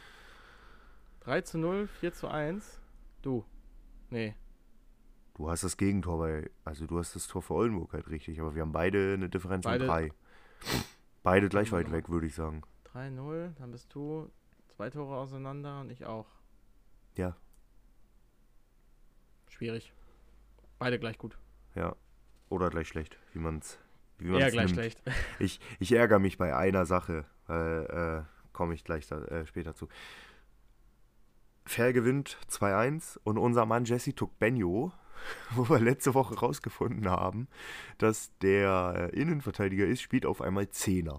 Speaker 7: 3:0, 4:1. Du. Nee.
Speaker 2: Du hast das Gegentor du hast das Tor für Oldenburg halt richtig, aber wir haben beide eine Differenz von 3. Beide gleich weit weg, würde ich sagen.
Speaker 7: 3:0, dann bist du 2 Tore auseinander und ich auch.
Speaker 2: Ja.
Speaker 7: Schwierig. Beide gleich gut.
Speaker 2: Ja. Oder gleich schlecht, wie man's
Speaker 7: eher gleich schlecht.
Speaker 2: Ich ärgere mich bei einer Sache, komme ich gleich später zu. Ferl gewinnt 2:1 und unser Mann Jesse Tugbenjo, wo wir letzte Woche rausgefunden haben, dass der Innenverteidiger ist, spielt auf einmal 10er.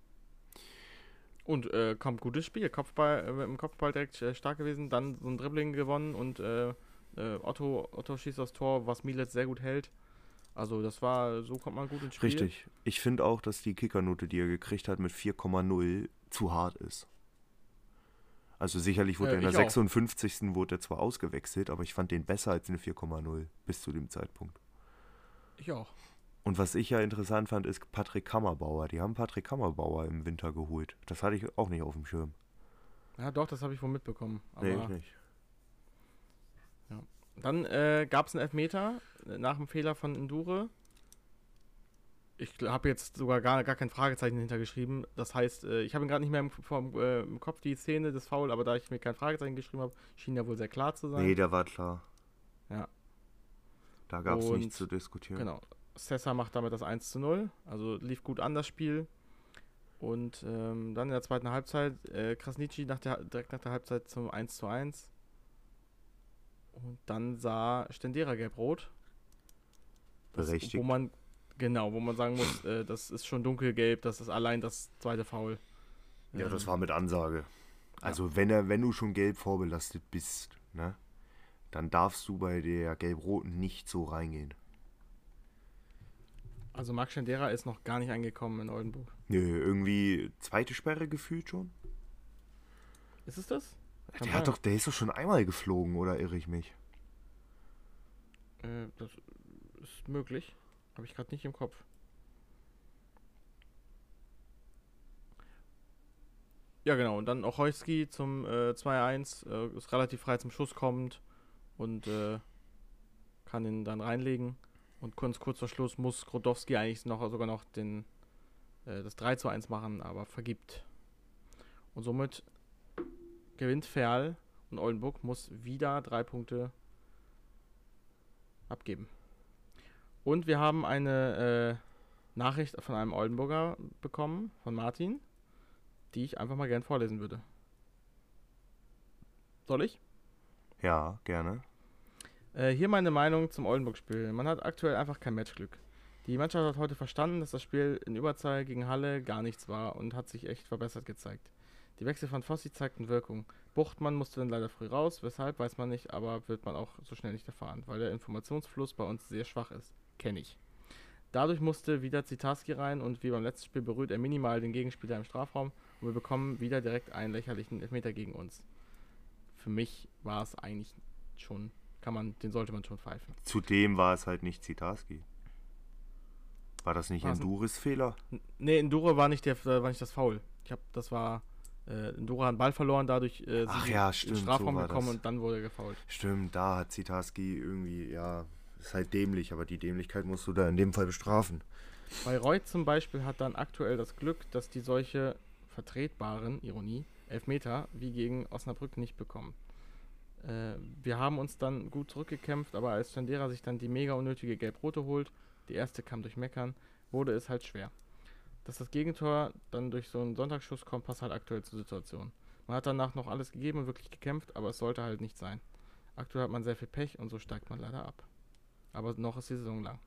Speaker 7: Und kommt gutes Spiel. Mit dem Kopfball direkt stark gewesen, dann so ein Dribbling gewonnen und Otto schießt das Tor, was Mielec sehr gut hält. Also so kommt man gut ins Spiel.
Speaker 2: Richtig. Ich finde auch, dass die Kickernote, die er gekriegt hat mit 4,0 zu hart ist. Also sicherlich wurde er in der 56. wurde er zwar ausgewechselt, aber ich fand den besser als eine 4,0 bis zu dem Zeitpunkt.
Speaker 7: Ich auch.
Speaker 2: Und was ich ja interessant fand, ist Patrick Kammerbauer. Die haben Patrick Kammerbauer im Winter geholt. Das hatte ich auch nicht auf dem Schirm.
Speaker 7: Ja doch, das habe ich wohl mitbekommen. Aber
Speaker 2: nee, ich nicht.
Speaker 7: Ja. Dann gab es einen Elfmeter nach dem Fehler von Ndure. Ich habe jetzt sogar gar kein Fragezeichen hintergeschrieben. Das heißt, ich habe ihn gerade nicht mehr im Kopf, die Szene des Foul, aber da ich mir kein Fragezeichen geschrieben habe, schien ja wohl sehr klar zu sein.
Speaker 2: Nee, der war klar.
Speaker 7: Ja.
Speaker 2: Da gab es nichts zu diskutieren.
Speaker 7: Genau. Sessa macht damit das 1:0. Also lief gut an das Spiel. Und dann in der zweiten Halbzeit Krasniqi direkt nach der Halbzeit zum 1:1. Und dann sah Stendera gelb-rot.
Speaker 2: Berechtigt.
Speaker 7: Wo man sagen muss, das ist schon dunkelgelb, das ist allein das zweite Foul.
Speaker 2: Ja, das war mit Ansage. Also wenn du schon gelb vorbelastet bist, ne, dann darfst du bei der gelb-roten nicht so reingehen.
Speaker 7: Also Marc Stendera ist noch gar nicht angekommen in Oldenburg.
Speaker 2: Nö, irgendwie zweite Sperre gefühlt schon.
Speaker 7: Ist es das?
Speaker 2: Der ist doch schon einmal geflogen, oder irre ich mich?
Speaker 7: Das ist möglich. Habe ich gerade nicht im Kopf. Ja, genau. Und dann auch Heuski zum 2:1. Ist relativ frei zum Schuss kommend und kann ihn dann reinlegen. Und kurz vor Schluss muss Grodowski eigentlich sogar noch das 3:1 machen, aber vergibt. Und somit gewinnt Ferl und Oldenburg muss wieder 3 Punkte abgeben. Und wir haben eine Nachricht von einem Oldenburger bekommen, von Martin, die ich einfach mal gern vorlesen würde. Soll ich?
Speaker 2: Ja, gerne.
Speaker 7: Hier meine Meinung zum Oldenburg-Spiel. Man hat aktuell einfach kein Matchglück. Die Mannschaft hat heute verstanden, dass das Spiel in Überzahl gegen Halle gar nichts war und hat sich echt verbessert gezeigt. Die Wechsel von Fossi zeigten Wirkung. Buchtmann musste dann leider früh raus, weshalb weiß man nicht, aber wird man auch so schnell nicht erfahren, weil der Informationsfluss bei uns sehr schwach ist. Kenne ich. Dadurch musste wieder Zitarski rein und wie beim letzten Spiel berührt er minimal den Gegenspieler im Strafraum und wir bekommen wieder direkt einen lächerlichen Elfmeter gegen uns. Für mich war es eigentlich schon, den sollte man schon pfeifen.
Speaker 2: Zudem war es halt nicht Zitarski. War das nicht Ndures Fehler?
Speaker 7: Nee, Ndure war nicht das Foul. Das war Dora einen Ball verloren, dadurch sind
Speaker 2: stimmt,
Speaker 7: in den Strafraum
Speaker 2: so
Speaker 7: gekommen
Speaker 2: das.
Speaker 7: und dann wurde er gefoult.
Speaker 2: Stimmt, da hat Zitarski irgendwie, ist halt dämlich, aber die Dämlichkeit musst du da in dem Fall bestrafen.
Speaker 7: Bayreuth zum Beispiel hat dann aktuell das Glück, dass die solche vertretbaren, Ironie, Elfmeter wie gegen Osnabrück nicht bekommen. Wir haben uns dann gut zurückgekämpft, aber als Tendera sich dann die mega unnötige Gelb-Rote holt, die erste kam durch Meckern, wurde es halt schwer. Dass das Gegentor dann durch so einen Sonntagsschuss kommt, passt halt aktuell zur Situation. Man hat danach noch alles gegeben und wirklich gekämpft, aber es sollte halt nicht sein. Aktuell hat man sehr viel Pech und so steigt man leider ab. Aber noch ist die Saison lang.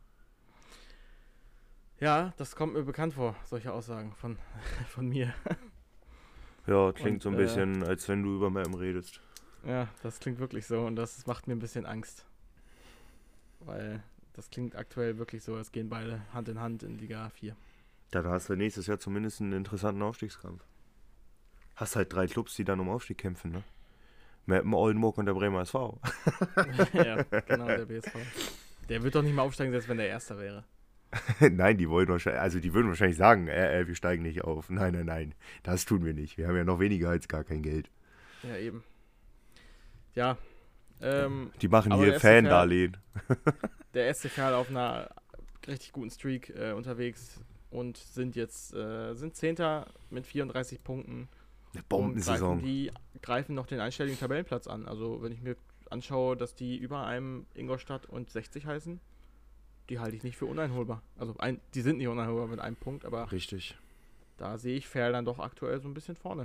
Speaker 7: Ja, das kommt mir bekannt vor, solche Aussagen von mir.
Speaker 2: Ja, klingt so ein bisschen, als wenn du über Meppen redest.
Speaker 7: Ja, das klingt wirklich so und das macht mir ein bisschen Angst. Weil das klingt aktuell wirklich so, als gehen beide Hand in Hand in Liga 4.
Speaker 2: Dann hast du nächstes Jahr zumindest einen interessanten Aufstiegskampf. Hast halt 3 Clubs, die dann um Aufstieg kämpfen, ne? Meppen, Oldenburg und der Bremer SV.
Speaker 7: Ja, genau, der BSV. Der wird doch nicht mal aufsteigen, selbst wenn der Erster wäre.
Speaker 2: Nein, die würden wahrscheinlich sagen, wir steigen nicht auf. Nein, das tun wir nicht. Wir haben ja noch weniger als gar kein Geld.
Speaker 7: Ja, eben. Ja.
Speaker 2: Die machen hier Fan-Darlehen.
Speaker 7: Der SC Verl auf einer richtig guten Streak unterwegs und sind jetzt sind 10. mit 34 Punkten.
Speaker 2: Eine Bombensaison.
Speaker 7: Die greifen noch den einstelligen Tabellenplatz an. Also wenn ich mir anschaue, dass die über einem Ingolstadt und 60 heißen, die halte ich nicht für uneinholbar. Also die sind nicht uneinholbar mit einem Punkt, aber
Speaker 2: richtig.
Speaker 7: Da sehe ich Verl dann doch aktuell so ein bisschen vorne.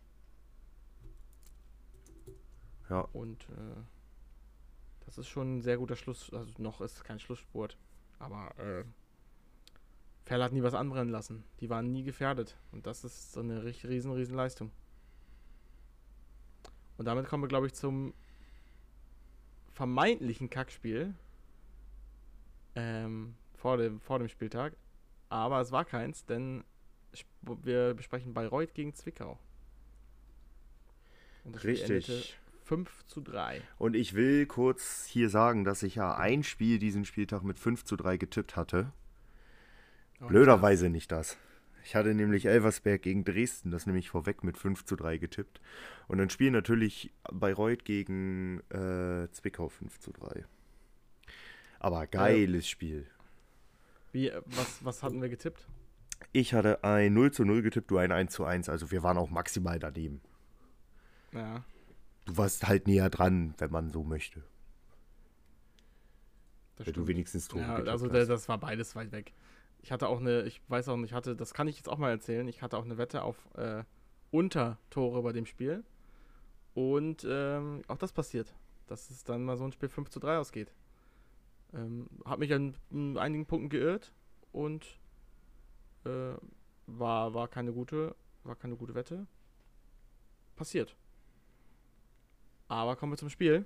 Speaker 2: Ja.
Speaker 7: Und das ist schon ein sehr guter Schluss. Also noch ist kein Schlussspurt. Aber Verl hat nie was anbrennen lassen. Die waren nie gefährdet. Und das ist so eine riesen Leistung. Und damit kommen wir, glaube ich, zum vermeintlichen Kackspiel vor dem Spieltag. Aber es war keins, denn wir besprechen Bayreuth gegen Zwickau. Und das
Speaker 2: richtig.
Speaker 7: 5:3.
Speaker 2: Und ich will kurz hier sagen, dass ich ja ein Spiel diesen Spieltag mit 5:3 getippt hatte. Blöderweise nicht das. Ich hatte nämlich Elversberg gegen Dresden, das nämlich vorweg mit 5:3 getippt. Und dann spielen natürlich Bayreuth gegen Zwickau 5:3. Aber geiles Spiel.
Speaker 7: Was hatten wir getippt?
Speaker 2: Ich hatte ein 0:0 getippt, du ein 1:1. Also wir waren auch maximal daneben.
Speaker 7: Ja.
Speaker 2: Du warst halt näher dran, wenn man so möchte.
Speaker 7: Das
Speaker 2: wenn
Speaker 7: stimmt.
Speaker 2: Du wenigstens Tore getippt
Speaker 7: also
Speaker 2: hast.
Speaker 7: Das war beides weit weg. Ich hatte auch das kann ich jetzt auch mal erzählen, ich hatte auch eine Wette auf Untertore bei dem Spiel. Und auch das passiert, dass es dann mal so ein Spiel 5:3 ausgeht. Hab mich an einigen Punkten geirrt und war keine gute Wette. Passiert. Aber kommen wir zum Spiel.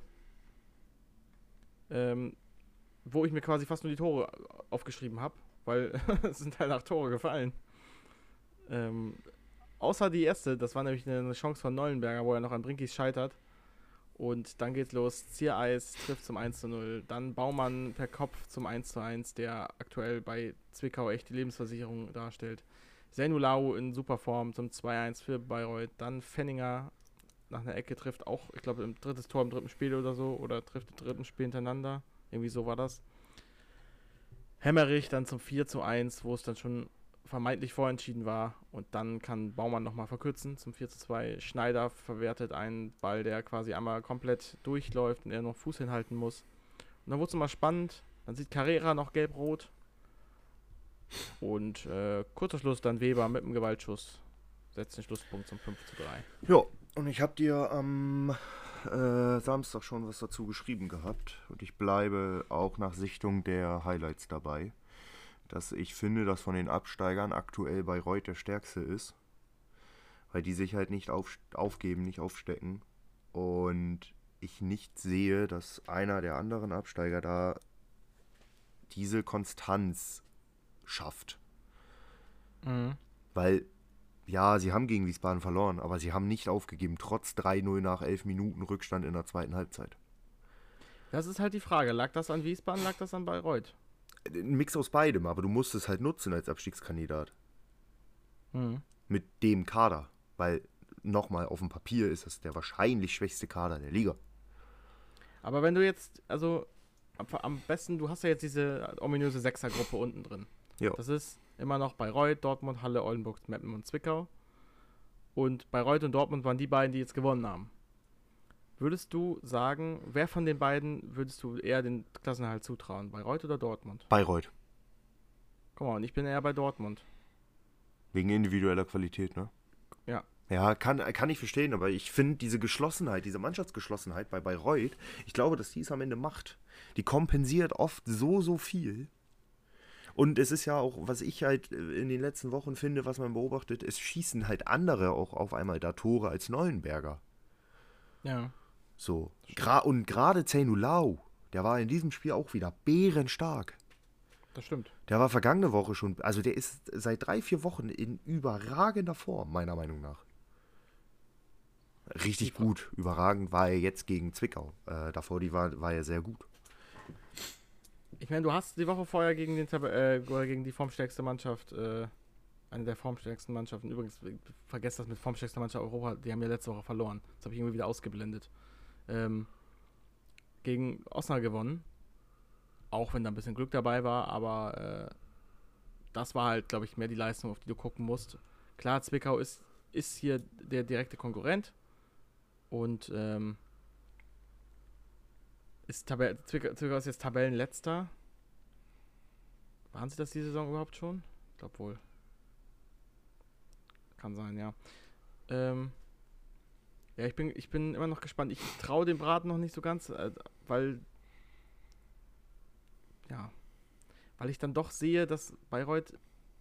Speaker 7: Wo ich mir quasi fast nur die Tore aufgeschrieben habe, weil es sind halt 8 Tore gefallen. Außer die erste, das war nämlich eine Chance von Neuenberger, wo er noch an Brinkis scheitert. Und dann geht's los. Ziereis trifft zum 1:0. Dann Baumann per Kopf zum 1:1, der aktuell bei Zwickau echt die Lebensversicherung darstellt. Seinulau in super Form zum 2:1 für Bayreuth. Dann Fenninger nach einer Ecke trifft auch, ich glaube, im drittes Tor im dritten Spiel oder so. Oder trifft im dritten Spiel hintereinander. Irgendwie so war das. Hemmerich dann zum 4:1, wo es dann schon vermeintlich vorentschieden war. Und dann kann Baumann nochmal verkürzen zum 4:2. Schneider verwertet einen Ball, der quasi einmal komplett durchläuft und er noch Fuß hinhalten muss. Und dann wurde es nochmal spannend. Dann sieht Carrera noch gelb-rot. Und kurzer Schluss dann Weber mit dem Gewaltschuss. Setzt den Schlusspunkt zum 5:3.
Speaker 2: Ja, und ich habe dir am Samstag schon was dazu geschrieben gehabt. Und ich bleibe auch nach Sichtung der Highlights dabei, dass ich finde, dass von den Absteigern aktuell Bayreuth der stärkste ist, weil die sich halt nicht aufgeben, nicht aufstecken und ich nicht sehe, dass einer der anderen Absteiger da diese Konstanz schafft.
Speaker 7: Mhm.
Speaker 2: Weil, ja, sie haben gegen Wiesbaden verloren, aber sie haben nicht aufgegeben, trotz 3:0 nach 11 Minuten Rückstand in der zweiten Halbzeit.
Speaker 7: Das ist halt die Frage, lag das an Wiesbaden, lag das an Bayreuth?
Speaker 2: Ein Mix aus beidem, aber du musst es halt nutzen als Abstiegskandidat.
Speaker 7: Mhm.
Speaker 2: Mit dem Kader, weil nochmal auf dem Papier ist das der wahrscheinlich schwächste Kader der Liga.
Speaker 7: Aber wenn du jetzt, also am besten, du hast ja jetzt diese ominöse Sechsergruppe unten drin.
Speaker 2: Ja.
Speaker 7: Das ist immer noch Bayreuth, Dortmund, Halle, Oldenburg, Meppen und Zwickau. Und Bayreuth und Dortmund waren die beiden, die jetzt gewonnen haben. Würdest du sagen, wer von den beiden würdest du eher den Klassenerhalt zutrauen? Bayreuth oder Dortmund?
Speaker 2: Bayreuth.
Speaker 7: Guck mal, und ich bin eher bei Dortmund.
Speaker 2: Wegen individueller Qualität, ne?
Speaker 7: Ja.
Speaker 2: Ja, kann ich verstehen, aber ich finde diese Geschlossenheit, diese Mannschaftsgeschlossenheit bei Bayreuth, ich glaube, dass die es am Ende macht. Die kompensiert oft so viel. Und es ist ja auch, was ich halt in den letzten Wochen finde, was man beobachtet, es schießen halt andere auch auf einmal da Tore als Neuenberger.
Speaker 7: Ja.
Speaker 2: So. Und gerade Zeynulau, der war in diesem Spiel auch wieder bärenstark.
Speaker 7: Das stimmt.
Speaker 2: Der war vergangene Woche schon, also der ist seit 3-4 Wochen in überragender Form, meiner Meinung nach. Richtig gut. Überragend war er jetzt gegen Zwickau. Davor war er sehr gut.
Speaker 7: Ich meine, du hast die Woche vorher gegen die formstärkste Mannschaft, eine der formstärksten Mannschaften, übrigens, vergesst das mit formstärkster Mannschaft Europa, die haben ja letzte Woche verloren. Das habe ich irgendwie wieder ausgeblendet. Gegen Osnabrück gewonnen. Auch wenn da ein bisschen Glück dabei war, aber das war halt, glaube ich, mehr die Leistung, auf die du gucken musst. Klar, Zwickau ist hier der direkte Konkurrent und Zwickau ist jetzt Tabellenletzter. Waren sie das die Saison überhaupt schon? Ich glaube wohl. Kann sein, ja. Ja, ich bin immer noch gespannt. Ich traue dem Braten noch nicht so ganz, weil ich dann doch sehe, dass Bayreuth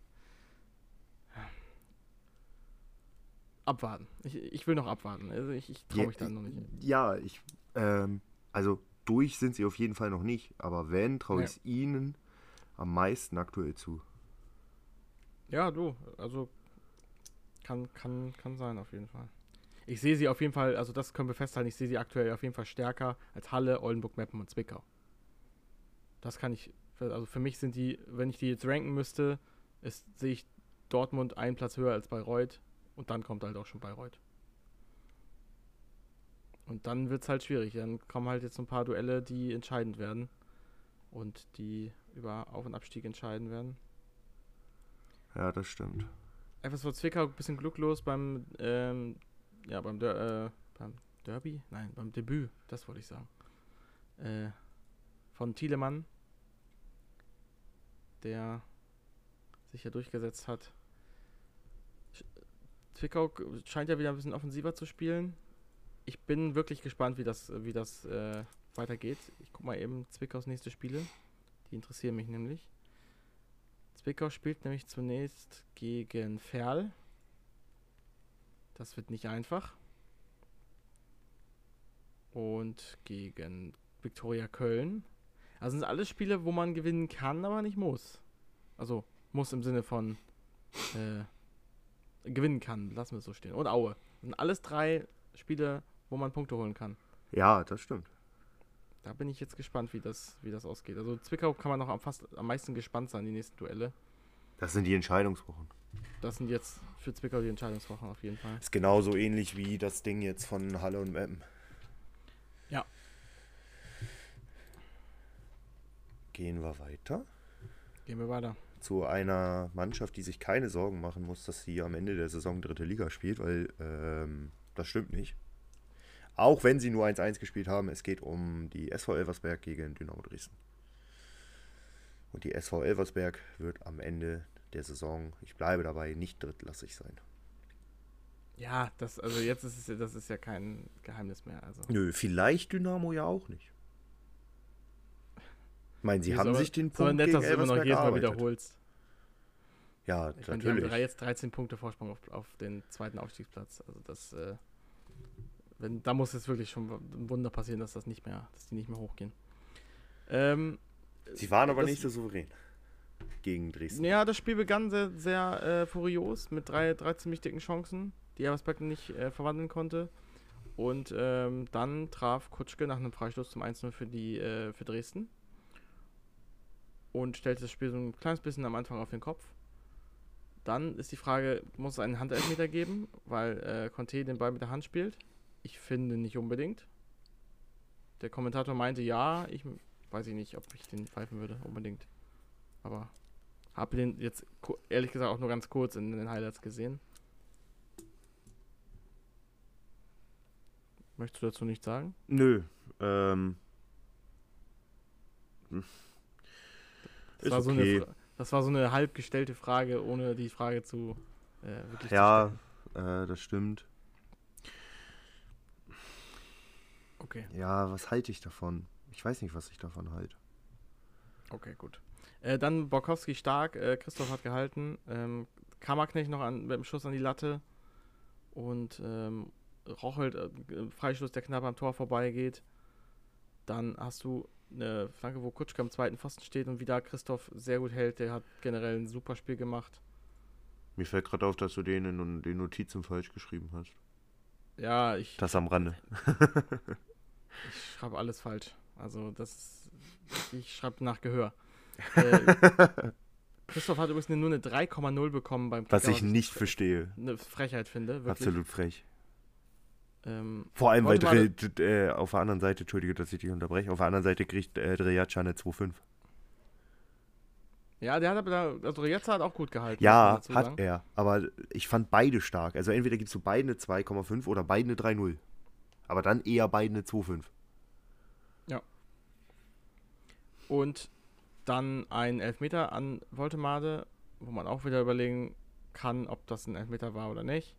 Speaker 7: abwarten. Ich will noch abwarten. Also ich traue mich dann noch nicht.
Speaker 2: Ja, also durch sind sie auf jeden Fall noch nicht, aber wenn, traue ich es ihnen am meisten aktuell zu.
Speaker 7: Ja, also kann sein auf jeden Fall. Ich sehe sie auf jeden Fall, also das können wir festhalten, ich sehe sie aktuell auf jeden Fall stärker als Halle, Oldenburg, Meppen und Zwickau. Das kann ich, also für mich sind die, wenn ich die jetzt ranken müsste, sehe ich Dortmund einen Platz höher als Bayreuth und dann kommt halt auch schon Bayreuth. Und dann wird es halt schwierig. Dann kommen halt jetzt ein paar Duelle, die entscheidend werden und die über Auf- und Abstieg entscheiden werden.
Speaker 2: Ja, das stimmt.
Speaker 7: FSV Zwickau ein bisschen glücklos beim Derby? Nein, beim Debüt, das wollte ich sagen. Von Thielemann, der sich ja durchgesetzt hat. Zwickau scheint ja wieder ein bisschen offensiver zu spielen. Ich bin wirklich gespannt, wie das weitergeht. Ich gucke mal eben Zwickaus nächste Spiele. Die interessieren mich nämlich. Zwickau spielt nämlich zunächst gegen Ferl. Das wird nicht einfach. Und gegen Viktoria Köln. Also sind alles Spiele, wo man gewinnen kann, aber nicht muss. Also muss im Sinne von gewinnen kann, lassen wir es so stehen. Und Aue. Das sind alles 3 Spiele, wo man Punkte holen kann.
Speaker 2: Ja, das stimmt.
Speaker 7: Da bin ich jetzt gespannt, wie das ausgeht. Also Zwickau kann man noch am meisten gespannt sein, die nächsten Duelle.
Speaker 2: Das sind die Entscheidungswochen.
Speaker 7: Das sind jetzt für Zwickau die Entscheidungswochen auf jeden Fall.
Speaker 2: Ist genauso ähnlich wie das Ding jetzt von Halle und Meppen.
Speaker 7: Ja.
Speaker 2: Gehen wir weiter. Zu einer Mannschaft, die sich keine Sorgen machen muss, dass sie am Ende der Saison 3. Liga spielt, weil das stimmt nicht. Auch wenn sie nur 1-1 gespielt haben, es geht um die SV Elversberg gegen Dynamo Dresden. Und die SV Elversberg wird am Ende der Saison, ich bleibe dabei, nicht drittklassig sein.
Speaker 7: Ja, das ist ja kein Geheimnis mehr. Also.
Speaker 2: Nö, vielleicht Dynamo ja auch nicht. Ich meine, sie haben sich den Punkt
Speaker 7: nett,
Speaker 2: gegen
Speaker 7: dass du immer noch jedes Mal
Speaker 2: erarbeitet.
Speaker 7: wiederholst.
Speaker 2: Ja,
Speaker 7: ich
Speaker 2: natürlich.
Speaker 7: meine, wir haben jetzt 13 Punkte Vorsprung auf den zweiten Aufstiegsplatz. Also das, da muss jetzt wirklich schon ein Wunder passieren, dass die nicht mehr hochgehen.
Speaker 2: Sie waren aber nicht so souverän gegen Dresden.
Speaker 7: Ja, das Spiel begann sehr, sehr furios mit drei ziemlich dicken Chancen, die Elversberg nicht verwandeln konnte. Und dann traf Kutschke nach einem Freistoß zum 1-0 für Dresden. Und stellte das Spiel so ein kleines bisschen am Anfang auf den Kopf. Dann ist die Frage, muss es einen Handelfmeter geben, weil Conte den Ball mit der Hand spielt? Ich finde nicht unbedingt. Der Kommentator meinte ja, ich weiß nicht, ob ich den pfeifen würde, unbedingt. Aber habe den jetzt ehrlich gesagt auch nur ganz kurz in den Highlights gesehen. Möchtest du dazu nichts sagen?
Speaker 2: Nö.
Speaker 7: Das war, okay. Das war so eine halb gestellte Frage, ohne die Frage zu wirklich zu
Speaker 2: stellen. Das stimmt.
Speaker 7: Okay.
Speaker 2: Ja, was halte ich davon? Ich weiß nicht, was ich davon halte.
Speaker 7: Okay, gut. Dann Borkowski stark, Christoph hat gehalten, Kammerknecht noch mit dem Schuss an die Latte und Rochelt, Freistoß, der knapp am Tor vorbeigeht. Dann hast du eine Flanke, wo Kutschke am zweiten Pfosten steht und wieder Christoph sehr gut hält. Der hat generell ein super Spiel gemacht.
Speaker 2: Mir fällt gerade auf, dass du den in den Notizen falsch geschrieben hast.
Speaker 7: Ja,
Speaker 2: das am Rande.
Speaker 7: Ich schreibe alles falsch. Also ich schreibe nach Gehör. Christoph hat übrigens nur eine 3,0 bekommen beim Kicker,
Speaker 2: was ich nicht verstehe.
Speaker 7: Eine Frechheit finde, wirklich.
Speaker 2: Absolut frech. Vor allem, weil auf der anderen Seite, entschuldige, dass ich dich unterbreche, auf der anderen Seite kriegt Drejaca eine 2,5.
Speaker 7: Ja, der hat aber, also Drejaca hat auch gut gehalten.
Speaker 2: Ja, hat er, aber ich fand beide stark. Also entweder gibst du beide eine 2,5 oder beide eine 3,0. Aber dann eher beide eine 2,5.
Speaker 7: Ja. Und dann ein Elfmeter an Woltemade, wo man auch wieder überlegen kann, ob das ein Elfmeter war oder nicht.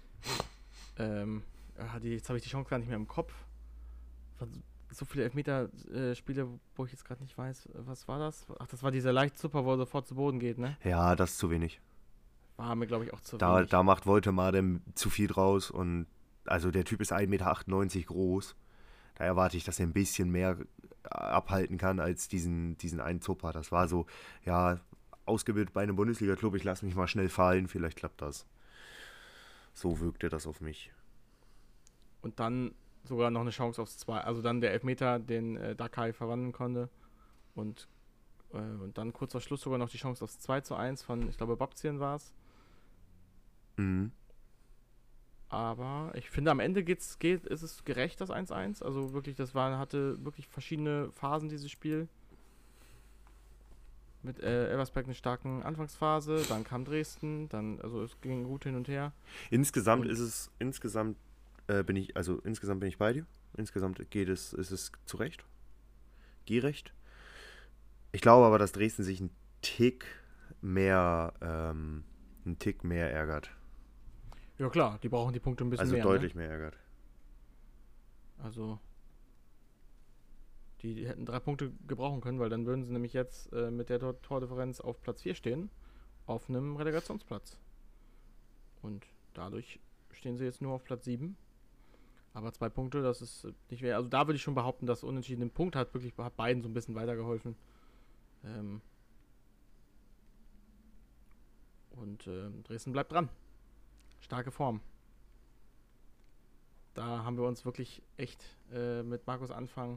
Speaker 7: Jetzt habe ich die Chance gar nicht mehr im Kopf. So viele Elfmeter-Spiele, wo ich jetzt gerade nicht weiß, was war das? Ach, das war dieser leicht Super, wo er sofort zu Boden geht, ne?
Speaker 2: Ja, das ist zu wenig.
Speaker 7: War mir, glaube ich, auch zu wenig.
Speaker 2: Da macht Woltemade zu viel draus und also der Typ ist 1,98 Meter groß. Da erwarte ich, dass er ein bisschen mehr abhalten kann als diesen einen Zupper. Das war so, ja, ausgebildet bei einem Bundesliga-Club, ich lasse mich mal schnell fallen, vielleicht klappt das. So wirkte das auf mich.
Speaker 7: Und dann sogar noch eine Chance aufs 2. Also dann der Elfmeter, den Dakai verwandeln konnte. Und dann kurz vor Schluss sogar noch die Chance aufs 2:1 von, ich glaube, Babzian war es.
Speaker 2: Mhm.
Speaker 7: Aber ich finde, am Ende ist es gerecht, das 1:1. Also wirklich, hatte wirklich verschiedene Phasen, dieses Spiel. Mit Elversberg eine starken Anfangsphase, dann kam Dresden, also es ging gut hin und her.
Speaker 2: Insgesamt bin ich bei dir. Insgesamt ist es zurecht. Gerecht. Ich glaube aber, dass Dresden sich einen Tick mehr ärgert.
Speaker 7: Ja klar, die brauchen die Punkte ein bisschen mehr.
Speaker 2: Also deutlich mehr ärgert.
Speaker 7: Also die hätten 3 Punkte gebrauchen können, weil dann würden sie nämlich jetzt mit der Tordifferenz auf Platz 4 stehen, auf einem Relegationsplatz. Und dadurch stehen sie jetzt nur auf Platz 7. Aber 2 Punkte, das ist nicht mehr. Also da würde ich schon behaupten, dass unentschieden den Punkt hat beiden so ein bisschen weitergeholfen. Dresden bleibt dran. Starke Form. Da haben wir uns wirklich echt mit Markus Anfang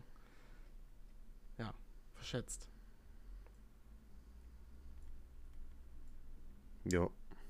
Speaker 7: verschätzt.
Speaker 2: Ja.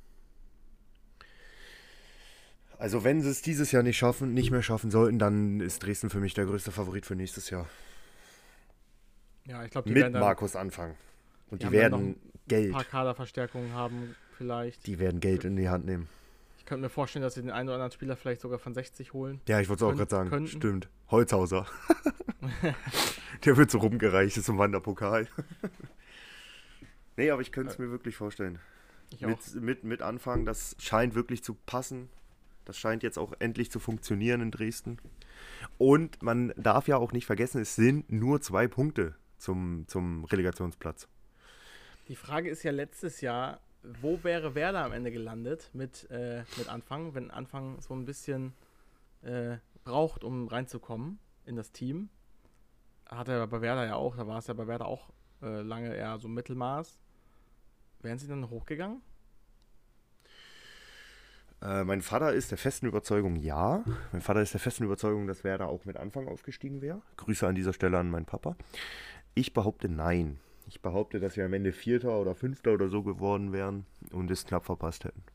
Speaker 2: Also wenn sie es dieses Jahr nicht mehr schaffen sollten, dann ist Dresden für mich der größte Favorit für nächstes Jahr.
Speaker 7: Ja, ich glaube,
Speaker 2: die werden Markus Anfang. Und die werden Geld.
Speaker 7: Ein paar Kaderverstärkungen haben vielleicht.
Speaker 2: Die werden Geld in die Hand nehmen.
Speaker 7: Ich könnte mir vorstellen, dass sie den einen oder anderen Spieler vielleicht sogar von 60 holen.
Speaker 2: Ja, ich wollte es auch gerade sagen. Stimmt. Holzhauser. Der wird so rumgereicht, ist im Wanderpokal. Nee, aber ich könnte es mir wirklich vorstellen.
Speaker 7: Ich auch.
Speaker 2: Mit Anfang, das scheint wirklich zu passen. Das scheint jetzt auch endlich zu funktionieren in Dresden. Und man darf ja auch nicht vergessen, es sind nur 2 Punkte zum Relegationsplatz.
Speaker 7: Die Frage ist ja letztes Jahr, wo wäre Werder am Ende gelandet mit Anfang, wenn Anfang so ein bisschen braucht, um reinzukommen in das Team. Hat er bei Werder ja auch, da war es ja bei Werder auch lange eher so Mittelmaß. Wären sie dann hochgegangen?
Speaker 2: Mein Vater ist der festen Überzeugung, ja. Mein Vater ist der festen Überzeugung, dass Werder auch mit Anfang aufgestiegen wäre. Grüße an dieser Stelle an meinen Papa. Ich behaupte, nein. Ich behaupte, dass wir am Ende Vierter oder Fünfter oder so geworden wären und es knapp verpasst hätten.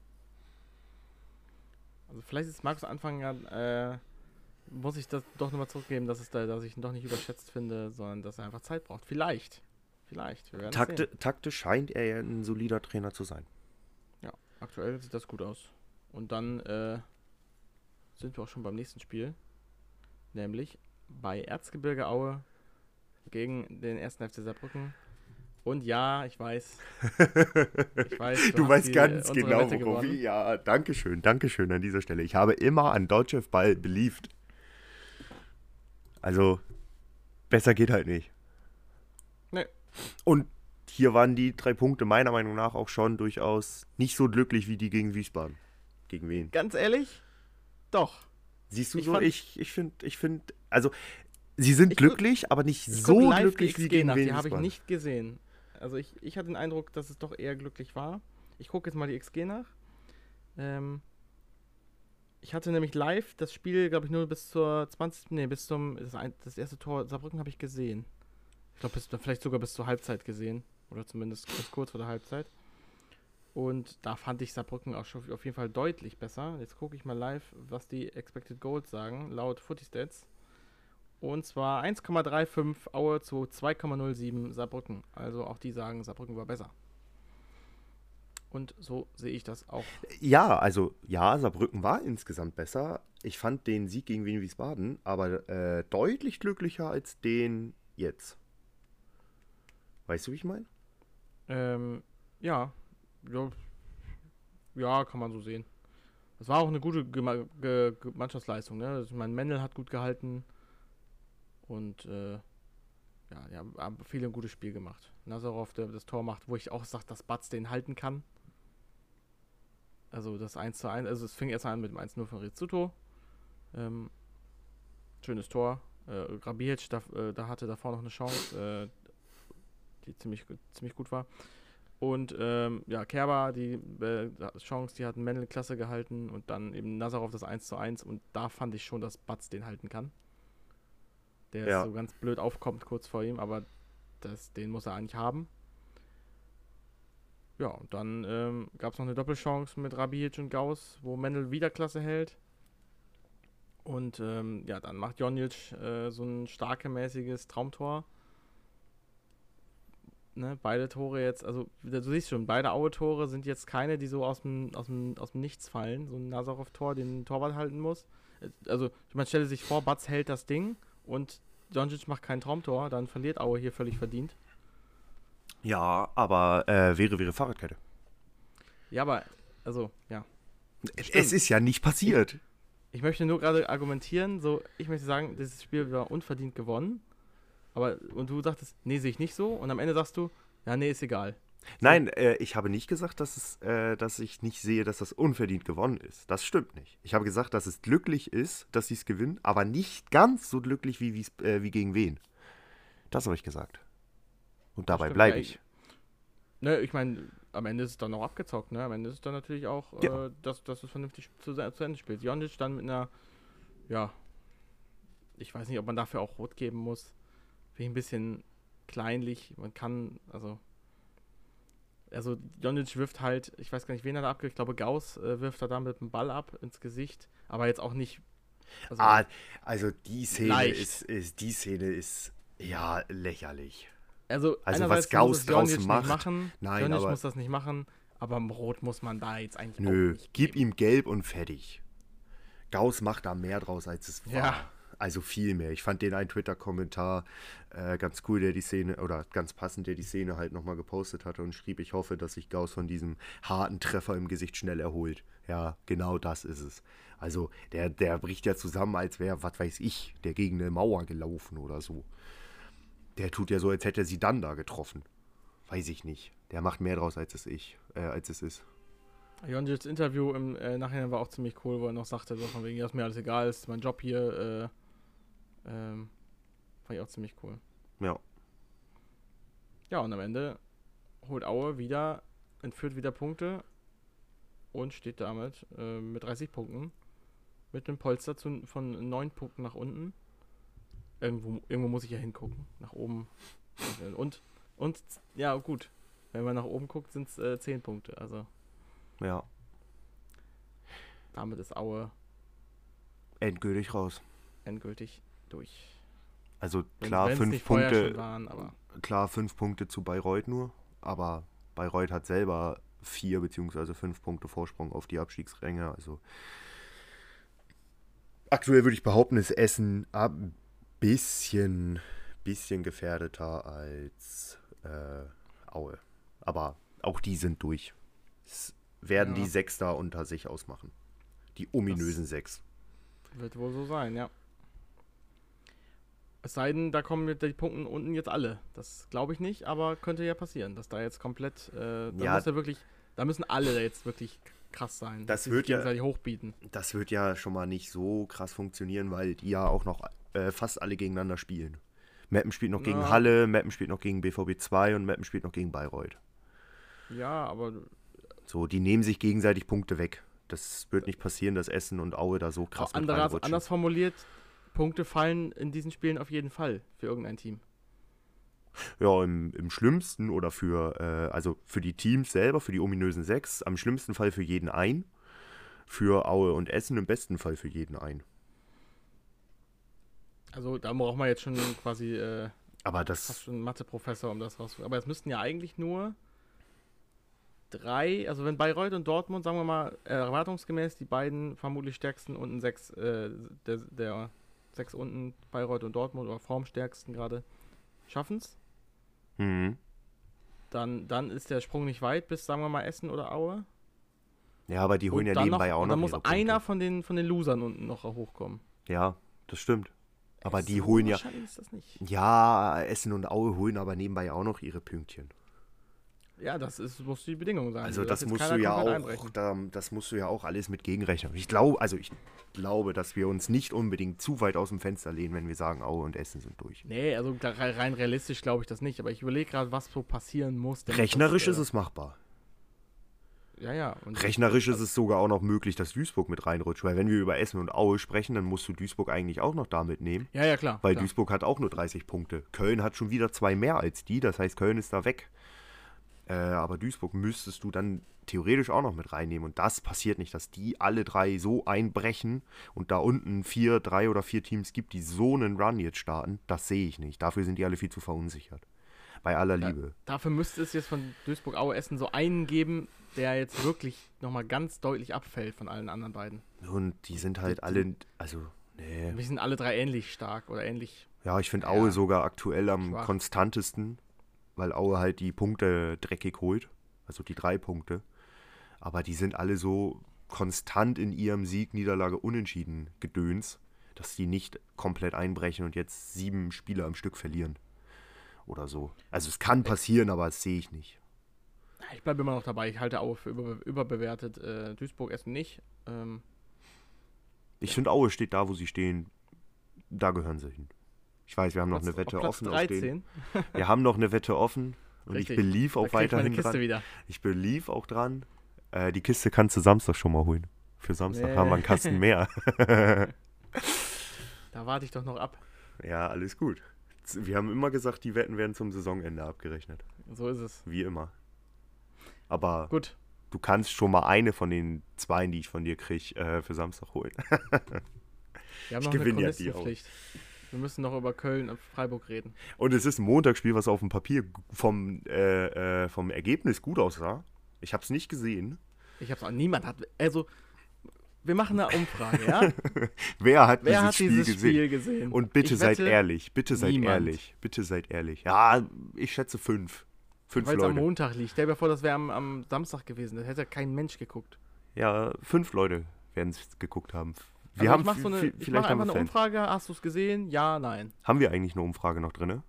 Speaker 7: Also vielleicht ist Markus Anfang muss ich das doch nochmal zurückgeben, dass ich ihn doch nicht überschätzt finde, sondern dass er einfach Zeit braucht. Vielleicht. Wir werden sehen.
Speaker 2: Taktisch scheint er ja ein solider Trainer zu sein.
Speaker 7: Ja, aktuell sieht das gut aus. Und dann sind wir auch schon beim nächsten Spiel. Nämlich bei Erzgebirge Aue gegen den 1. FC Saarbrücken. Und ja, ich weiß.
Speaker 2: Du weißt ganz genau, worum. Ja, Dankeschön an dieser Stelle. Ich habe immer an Deutsche Ball beliebt. Also, besser geht halt nicht.
Speaker 7: Nee.
Speaker 2: Und hier waren die 3 Punkte meiner Meinung nach auch schon durchaus nicht so glücklich wie die gegen Wiesbaden. Gegen wen?
Speaker 7: Ganz ehrlich? Doch.
Speaker 2: Siehst du so? Ich finde, also, sie sind glücklich, aber nicht so glücklich wie gegen Wiesbaden.
Speaker 7: Die habe ich nicht gesehen. Also ich hatte den Eindruck, dass es doch eher glücklich war. Ich gucke jetzt mal die XG nach. Ich hatte nämlich live das Spiel, glaube ich, nur bis zur 20. Das erste Tor Saarbrücken habe ich gesehen. Ich glaube, vielleicht sogar bis zur Halbzeit gesehen. Oder zumindest kurz vor der Halbzeit. Und da fand ich Saarbrücken auch schon auf jeden Fall deutlich besser. Jetzt gucke ich mal live, was die Expected Goals sagen, laut Footy-Stats. Und zwar 1,35 Aue zu 2,07 Saarbrücken. Also auch die sagen, Saarbrücken war besser. Und so sehe ich das auch.
Speaker 2: Ja, also Saarbrücken war insgesamt besser. Ich fand den Sieg gegen Wien Wiesbaden aber deutlich glücklicher als den jetzt. Weißt du, wie ich meine?
Speaker 7: Ja, kann man so sehen. Das war auch eine gute Mannschaftsleistung. Ne? Ich meine, Mendel hat gut gehalten. Und haben viele ein gutes Spiel gemacht. Nazarov, der das Tor macht, wo ich auch sage, dass Batz den halten kann. Also das 1:1, also es fing erst an mit dem 1:0 von Rizzuto. Schönes Tor. Grabic, da hatte davor noch eine Chance, die ziemlich gut war. Und Kerber, die Chance, die hat Mendel klasse gehalten. Und dann eben Nazarov das 1:1. Und da fand ich schon, dass Batz den halten kann. Der so ganz blöd aufkommt kurz vor ihm, aber den muss er eigentlich haben. Ja, und dann gab es noch eine Doppelchance mit Rabic und Gauss, wo Mendel wieder Klasse hält. Und dann macht Jonic so ein starkemäßiges Traumtor. Ne, beide Tore jetzt, also du siehst schon, beide Aue-Tore sind jetzt keine, die so aus dem Nichts fallen. So ein Nazarov-Tor, den Torwart halten muss. Also man stelle sich vor, Batz hält das Ding und Djondjic macht kein Traumtor, dann verliert Aue hier völlig verdient.
Speaker 2: Ja, aber wäre Fahrradkette.
Speaker 7: Ja, aber, also, ja.
Speaker 2: Es ist ja nicht passiert.
Speaker 7: Ich möchte nur gerade argumentieren, ich möchte sagen, dieses Spiel war unverdient gewonnen, und du sagtest, nee, sehe ich nicht so, und am Ende sagst du, ja, nee, ist egal.
Speaker 2: Nein, ich habe nicht gesagt, dass ich nicht sehe, dass das unverdient gewonnen ist. Das stimmt nicht. Ich habe gesagt, dass es glücklich ist, dass sie es gewinnen, aber nicht ganz so glücklich wie gegen wen. Das habe ich gesagt. Und dabei bleibe ich.
Speaker 7: Ne, ich meine, am Ende ist es dann auch abgezockt, ne? Am Ende ist es dann natürlich auch, dass es vernünftig zu Ende spielt. Jonic dann mit einer, ich weiß nicht, ob man dafür auch rot geben muss. Finde ich ein bisschen kleinlich. Man kann, also Jonic wirft halt, ich weiß gar nicht, wen er da abgibt, ich glaube Gauss wirft er da mit dem Ball ab ins Gesicht, aber jetzt auch nicht.
Speaker 2: Also die Szene ist ja lächerlich.
Speaker 7: Also
Speaker 2: was Gauss draußen macht.
Speaker 7: Nein, Jonic muss das nicht machen, aber im Rot muss man da jetzt eigentlich auch nicht
Speaker 2: gib ihm gelb und fertig. Gauss macht da mehr draus, als es war.
Speaker 7: Ja.
Speaker 2: Also viel mehr. Ich fand den einen Twitter-Kommentar ganz cool, der die Szene, oder ganz passend, der die Szene halt nochmal gepostet hatte und schrieb, ich hoffe, dass sich Gauss von diesem harten Treffer im Gesicht schnell erholt. Ja, genau das ist es. Also der bricht ja zusammen, als wäre, was weiß ich, der gegen eine Mauer gelaufen oder so. Der tut ja so, als hätte er sie dann da getroffen. Weiß ich nicht. Der macht mehr draus, als es ist.
Speaker 7: Jonjics Interview im Nachhinein war auch ziemlich cool, wo er noch sagte, so von wegen, dass mir alles egal ist, mein Job hier, fand ich auch ziemlich cool.
Speaker 2: Ja.
Speaker 7: Ja, und am Ende holt Aue entführt wieder Punkte und steht damit mit 30 Punkten mit einem Polster von 9 Punkten nach unten. Irgendwo muss ich ja hingucken, nach oben. Und Und, ja, gut. Wenn man nach oben guckt, sind es 10 Punkte. Also.
Speaker 2: Ja.
Speaker 7: Damit ist Aue
Speaker 2: endgültig raus.
Speaker 7: Endgültig durch.
Speaker 2: Also klar, 5 Punkte.
Speaker 7: Waren, aber
Speaker 2: klar, 5 Punkte zu Bayreuth nur. Aber Bayreuth hat selber 4 bzw. 5 Punkte Vorsprung auf die Abstiegsränge. Also aktuell würde ich behaupten, ist Essen ein bisschen gefährdeter als Aue. Aber auch die sind durch. Es werden die Sechster unter sich ausmachen. Die ominösen 6.
Speaker 7: Wird wohl so sein, ja. Es sei denn, da kommen die Punkte unten jetzt alle. Das glaube ich nicht, aber könnte ja passieren, dass da jetzt komplett, da müssen alle da jetzt wirklich krass sein.
Speaker 2: Das wird ja
Speaker 7: hochbieten.
Speaker 2: Das wird ja schon mal nicht so krass funktionieren, weil die ja auch noch fast alle gegeneinander spielen. Meppen spielt noch gegen Halle, Meppen spielt noch gegen BVB 2 und Meppen spielt noch gegen Bayreuth.
Speaker 7: Ja, aber
Speaker 2: so, die nehmen sich gegenseitig Punkte weg. Das wird nicht passieren, dass Essen und Aue da so krass mit reinrutschen.
Speaker 7: Anders formuliert, Punkte fallen in diesen Spielen auf jeden Fall für irgendein Team.
Speaker 2: Ja, im schlimmsten oder für die Teams selber, für die ominösen 6, am schlimmsten Fall für jeden ein. Für Aue und Essen im besten Fall für jeden ein.
Speaker 7: Also da braucht man jetzt schon quasi
Speaker 2: fast
Speaker 7: schon einen Mathe-Professor, um das rauszufinden. Aber es müssten ja eigentlich nur 3, also wenn Bayreuth und Dortmund, sagen wir mal, erwartungsgemäß die beiden vermutlich stärksten unten 6, der 6 unten, Bayreuth und Dortmund oder formstärksten gerade, schaffen's.
Speaker 2: Mhm.
Speaker 7: Dann ist der Sprung nicht weit bis, sagen wir mal, Essen oder Aue.
Speaker 2: Ja, aber die holen ja nebenbei auch noch.
Speaker 7: Dann muss einer von den Losern unten noch hochkommen.
Speaker 2: Ja, das stimmt. Aber die holen ja.
Speaker 7: Wahrscheinlich ist das nicht.
Speaker 2: Ja, Essen und Aue holen aber nebenbei auch noch ihre Pünktchen.
Speaker 7: Ja, muss die Bedingung sein.
Speaker 2: Also das musst du ja auch alles mit gegenrechnen. Ich glaube, dass wir uns nicht unbedingt zu weit aus dem Fenster lehnen, wenn wir sagen, Aue und Essen sind durch.
Speaker 7: Nee, also rein realistisch glaube ich das nicht. Aber ich überlege gerade, was so passieren muss.
Speaker 2: Rechnerisch ist es machbar.
Speaker 7: Ja.
Speaker 2: Rechnerisch ist es sogar auch noch möglich, dass Duisburg mit reinrutscht. Weil wenn wir über Essen und Aue sprechen, dann musst du Duisburg eigentlich auch noch da mitnehmen.
Speaker 7: Ja, klar.
Speaker 2: Weil
Speaker 7: klar.
Speaker 2: Duisburg hat auch nur 30 Punkte. Köln hat schon wieder 2 mehr als die. Das heißt, Köln ist da weg. Aber Duisburg müsstest du dann theoretisch auch noch mit reinnehmen. Und das passiert nicht, dass die alle 3 so einbrechen und da unten 3 oder 4 Teams gibt, die so einen Run jetzt starten. Das sehe ich nicht. Dafür sind die alle viel zu verunsichert. Bei aller Liebe.
Speaker 7: Dafür müsste es jetzt von Duisburg, Aue, Essen so einen geben, der jetzt wirklich nochmal ganz deutlich abfällt von allen anderen beiden.
Speaker 2: Und die sind halt alle, nee.
Speaker 7: Wir sind alle 3 ähnlich stark oder ähnlich.
Speaker 2: Ja, ich finde Aue sogar aktuell am konstantesten, weil Aue halt die Punkte dreckig holt, also die 3 Punkte. Aber die sind alle so konstant in ihrem Sieg, Niederlage, Unentschieden Gedöns, dass die nicht komplett einbrechen und jetzt 7 Spiele am Stück verlieren. Oder so. Also es kann passieren, aber das sehe ich nicht.
Speaker 7: Ich bleibe immer noch dabei. Ich halte Aue für überbewertet. Duisburg, Essen nicht.
Speaker 2: Ich finde, Aue steht da, wo sie stehen. Da gehören sie hin. Ich weiß, wir haben noch eine Wette offen.
Speaker 7: 13.
Speaker 2: Wir haben noch eine Wette offen. Und richtig. Ich belief auch weiterhin dran.
Speaker 7: Wieder.
Speaker 2: Ich belief auch dran. Die Kiste kannst du Samstag schon mal holen. Für Samstag haben wir einen Kasten mehr.
Speaker 7: Da warte ich doch noch ab.
Speaker 2: Ja, alles gut. Wir haben immer gesagt, die Wetten werden zum Saisonende abgerechnet.
Speaker 7: So ist es.
Speaker 2: Wie immer. Aber
Speaker 7: gut.
Speaker 2: Du kannst schon mal eine von den 2, die ich von dir kriege, für Samstag holen.
Speaker 7: Wir haben noch eine Chronistenpflicht. Wir müssen noch über Köln und Freiburg reden.
Speaker 2: Und es ist ein Montagsspiel, was auf dem Papier vom Ergebnis gut aussah. Ich habe es nicht gesehen.
Speaker 7: Niemand hat. Also, wir machen eine Umfrage, ja?
Speaker 2: Wer hat dieses Spiel gesehen? Und bitte seid ehrlich. Bitte seid ehrlich. Bitte seid ehrlich. Ja, ich schätze 5. 5 Leute.
Speaker 7: Weil es am Montag liegt. Stell dir vor, das wäre am Samstag gewesen. Das hätte kein Mensch geguckt.
Speaker 2: Ja, 5 Leute werden es geguckt haben.
Speaker 7: Ich mache einfach eine Umfrage. Hast du es gesehen? Ja, nein.
Speaker 2: Haben wir eigentlich eine Umfrage noch drin?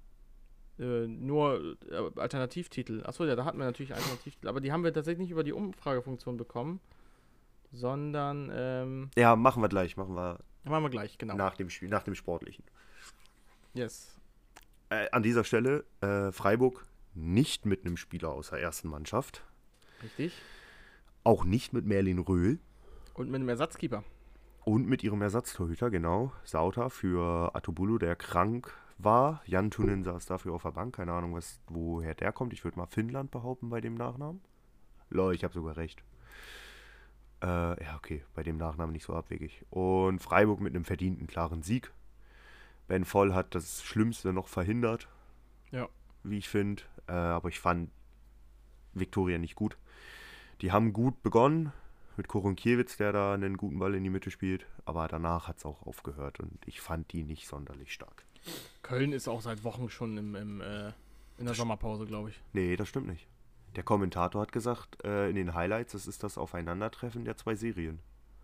Speaker 7: Nur Alternativtitel. Achso, ja, da hatten wir natürlich Alternativtitel. Aber die haben wir tatsächlich nicht über die Umfragefunktion bekommen. Sondern,
Speaker 2: ja, machen wir gleich.
Speaker 7: Machen wir gleich, genau.
Speaker 2: Nach dem Spiel, nach dem Sportlichen.
Speaker 7: Yes.
Speaker 2: An dieser Stelle, Freiburg nicht mit einem Spieler aus der ersten Mannschaft.
Speaker 7: Richtig.
Speaker 2: Auch nicht mit Merlin Röhl.
Speaker 7: Und mit einem Ersatzkeeper.
Speaker 2: Und mit ihrem Ersatztorhüter, genau. Sauter für Atobulu, der krank war. Jan Tunen saß dafür auf der Bank. Keine Ahnung, woher der kommt. Ich würde mal Finnland behaupten bei dem Nachnamen. Ich habe sogar recht. Ja, okay, bei dem Nachnamen nicht so abwegig. Und Freiburg mit einem verdienten, klaren Sieg. Ben Voll hat das Schlimmste noch verhindert.
Speaker 7: Ja.
Speaker 2: Wie ich finde. Aber ich fand Viktoria nicht gut. Die haben gut begonnen. Mit Korunkiewicz, der da einen guten Ball in die Mitte spielt. Aber danach hat es auch aufgehört. Und ich fand die nicht sonderlich stark.
Speaker 7: Köln ist auch seit Wochen schon in der Sommerpause, glaube ich.
Speaker 2: Nee, das stimmt nicht. Der Kommentator hat gesagt, in den Highlights, das ist das Aufeinandertreffen der 2 Serien.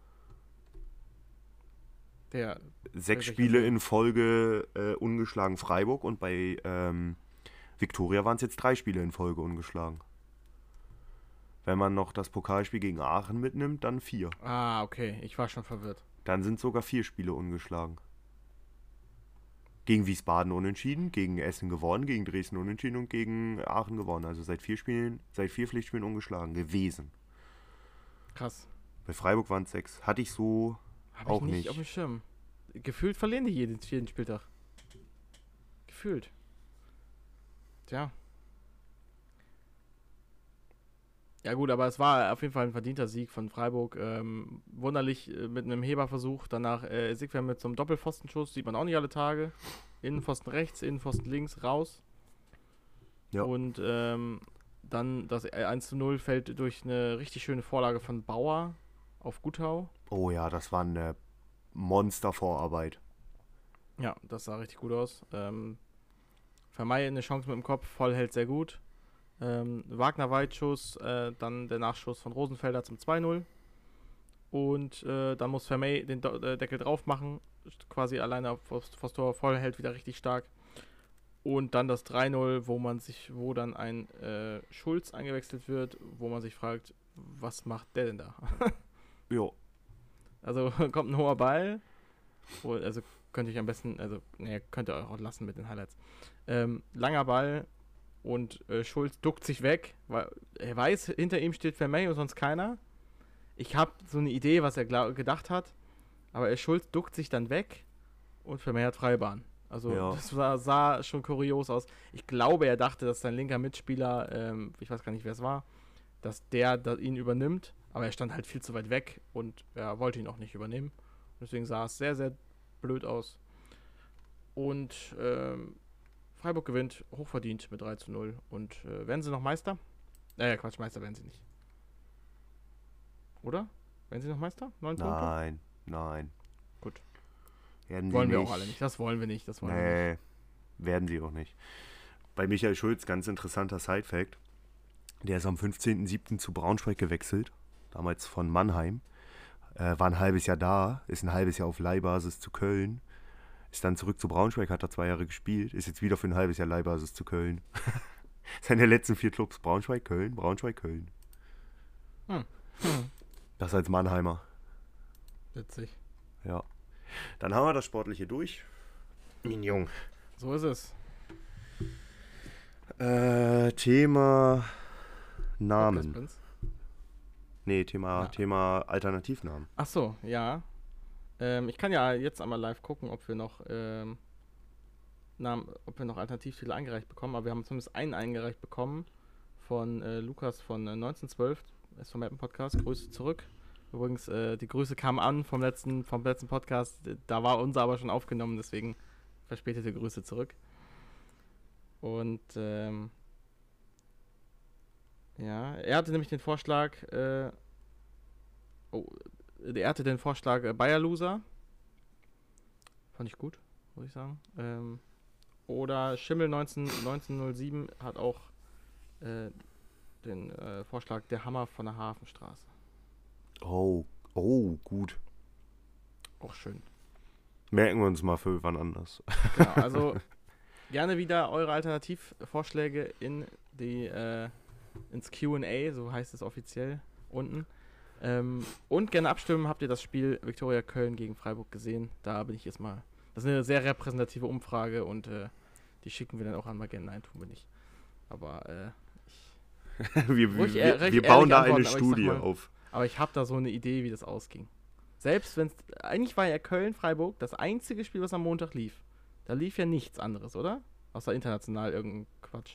Speaker 2: 6 Spiele in Folge ungeschlagen Freiburg und bei Viktoria waren es jetzt 3 Spiele in Folge ungeschlagen. Wenn man noch das Pokalspiel gegen Aachen mitnimmt, dann 4.
Speaker 7: Ah, okay. Ich war schon verwirrt.
Speaker 2: Dann sind sogar 4 Spiele ungeschlagen. Gegen Wiesbaden unentschieden, gegen Essen gewonnen, gegen Dresden unentschieden und gegen Aachen gewonnen. Also seit 4 Pflichtspielen ungeschlagen gewesen.
Speaker 7: Krass.
Speaker 2: Bei Freiburg waren es 6. Hatte ich so auch nicht.
Speaker 7: Auf dem Schirm. Gefühlt verlieren die jeden Spieltag. Gefühlt. Tja. Ja gut, aber es war auf jeden Fall ein verdienter Sieg von Freiburg. Wunderlich mit einem Heberversuch. Danach Sigwer mit so einem Doppelpfostenschuss. Sieht man auch nicht alle Tage. Innenpfosten rechts, Innenpfosten links, raus.
Speaker 2: Ja.
Speaker 7: Und dann das 1:0 fällt durch eine richtig schöne Vorlage von Bauer auf Gutau.
Speaker 2: Oh ja, das war eine Monstervorarbeit.
Speaker 7: Ja, das sah richtig gut aus. Vermeide eine Chance mit dem Kopf, Voll hält sehr gut. Wagner Weitschuss, dann der Nachschuss von Rosenfelder zum 2:0. Und dann muss Vermey den Deckel drauf machen, quasi alleine aufs Tor. Voll hält wieder richtig stark. Und dann das 3:0, wo dann ein Schulz eingewechselt wird, wo man sich fragt, was macht der denn da?
Speaker 2: Jo.
Speaker 7: Also kommt ein hoher Ball. Also könnt ihr euch am besten, könnt ihr auch lassen mit den Highlights. Langer Ball. Und Schulz duckt sich weg, weil er weiß, hinter ihm steht Vermey und sonst keiner. Ich habe so eine Idee, was er gedacht hat, aber Schulz duckt sich dann weg und Vermey hat Freibahn. Also ja. Das sah schon kurios aus. Ich glaube, er dachte, dass sein linker Mitspieler, ich weiß gar nicht, wer es war, dass der ihn übernimmt, aber er stand halt viel zu weit weg und er wollte ihn auch nicht übernehmen. Deswegen sah es sehr, sehr blöd aus. Und Freiburg gewinnt, hochverdient mit 3:0. Und werden sie noch Meister? Quatsch, Meister werden sie nicht. Oder? Werden sie noch Meister? 9 Punkte?
Speaker 2: Nein.
Speaker 7: Gut.
Speaker 2: Wollen
Speaker 7: wir auch alle nicht. Das wollen wir nicht.
Speaker 2: Werden sie auch nicht. Bei Michael Schulz, ganz interessanter Side-Fact. Der ist am 15.07. zu Braunschweig gewechselt. Damals von Mannheim. War ein halbes Jahr da. Ist ein halbes Jahr auf Leihbasis zu Köln. Ist dann zurück zu Braunschweig, hat da 2 Jahre gespielt, ist jetzt wieder für ein halbes Jahr Leihbasis zu Köln. Seine letzten 4 Clubs, Braunschweig, Köln, Braunschweig, Köln. Das als Mannheimer.
Speaker 7: Witzig.
Speaker 2: Ja. Dann haben wir das Sportliche durch. Mignon.
Speaker 7: So ist es.
Speaker 2: Thema Namen. Nee, Thema Alternativnamen.
Speaker 7: Ach so, ja. Ich kann ja jetzt einmal live gucken, ob wir noch Alternativtitel eingereicht bekommen, aber wir haben zumindest einen eingereicht bekommen von Lukas von 1912, SV Mappen Podcast. Grüße zurück. Übrigens, die Grüße kamen an vom letzten Podcast, da war unser aber schon aufgenommen, deswegen verspätete Grüße zurück. Und er hatte nämlich den Vorschlag, Bayer Loser. Fand ich gut, muss ich sagen. Oder Schimmel 1907 hat auch den Vorschlag der Hammer von der Hafenstraße.
Speaker 2: Oh, gut.
Speaker 7: Auch schön.
Speaker 2: Merken wir uns mal für wann anders.
Speaker 7: Genau, also gerne wieder eure Alternativvorschläge ins Q&A, so heißt es offiziell, unten. Und gerne abstimmen, habt ihr das Spiel Viktoria Köln gegen Freiburg gesehen? Da bin ich jetzt mal. Das ist eine sehr repräsentative Umfrage und die schicken wir dann auch an Magen. Nein, tun wir nicht. Aber
Speaker 2: wir bauen da eine Studie auf.
Speaker 7: Aber ich habe da so eine Idee, wie das ausging. Selbst wenn es. Eigentlich war ja Köln-Freiburg das einzige Spiel, was am Montag lief. Da lief ja nichts anderes, oder? Außer international irgendein Quatsch.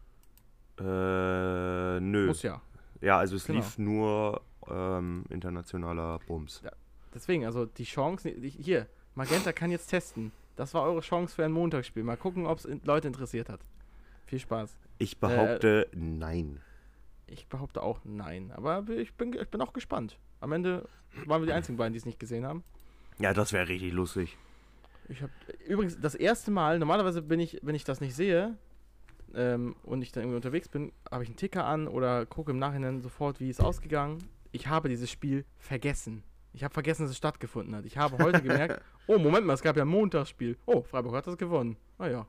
Speaker 2: Nö.
Speaker 7: Muss ja.
Speaker 2: Ja, also es lief nur internationaler Bums.
Speaker 7: Ja, deswegen, also die Chance, hier, Magenta kann jetzt testen. Das war eure Chance für ein Montagsspiel. Mal gucken, ob es Leute interessiert hat. Viel Spaß.
Speaker 2: Ich behaupte nein.
Speaker 7: Ich behaupte auch nein. Aber ich bin auch gespannt. Am Ende waren wir die einzigen beiden, die es nicht gesehen haben.
Speaker 2: Ja, das wäre richtig lustig.
Speaker 7: Ich habe übrigens das erste Mal, normalerweise wenn ich das nicht sehe und ich dann irgendwie unterwegs bin, habe ich einen Ticker an oder gucke im Nachhinein sofort, wie es ausgegangen. Ich habe dieses Spiel vergessen. Ich habe vergessen, dass es stattgefunden hat. Ich habe heute gemerkt, oh, Moment mal, es gab ja ein Montagsspiel. Oh, Freiburg hat das gewonnen. Ah ja.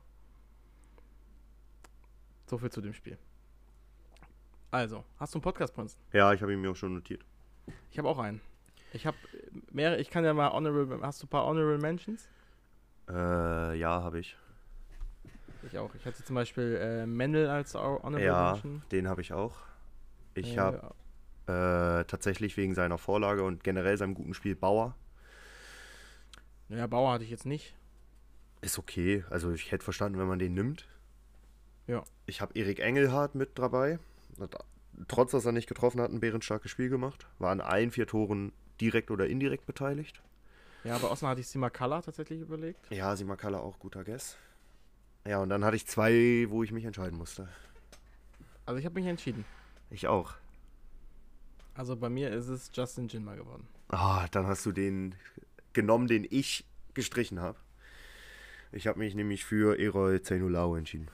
Speaker 7: So viel zu dem Spiel. Also, hast du einen Podcast, Prinz?
Speaker 2: Ja, ich habe ihn mir auch schon notiert.
Speaker 7: Ich habe auch einen. Ich habe mehrere, ich kann ja mal hast du ein paar Honorable Mentions?
Speaker 2: Ja, habe ich.
Speaker 7: Ich auch. Ich hatte zum Beispiel Mendel als Honorable Mention.
Speaker 2: Ja, den habe ich auch. Ich habe tatsächlich wegen seiner Vorlage und generell seinem guten Spiel Bauer.
Speaker 7: Ja, Bauer hatte ich jetzt nicht.
Speaker 2: Ist okay. Also ich hätte verstanden, wenn man den nimmt.
Speaker 7: Ja.
Speaker 2: Ich habe Erik Engelhardt mit dabei. Trotz, dass er nicht getroffen hat, ein bärenstarkes Spiel gemacht. War an allen 4 Toren direkt oder indirekt beteiligt.
Speaker 7: Ja, bei Osnabrück hatte ich Simakala tatsächlich überlegt.
Speaker 2: Ja, Simakala auch guter Guess. Ja, und dann hatte ich 2, wo ich mich entscheiden musste.
Speaker 7: Also ich habe mich entschieden.
Speaker 2: Ich auch.
Speaker 7: Also bei mir ist es Justin Jinma geworden.
Speaker 2: Dann hast du den genommen, den ich gestrichen habe. Ich habe mich nämlich für Erol Zeynolau entschieden.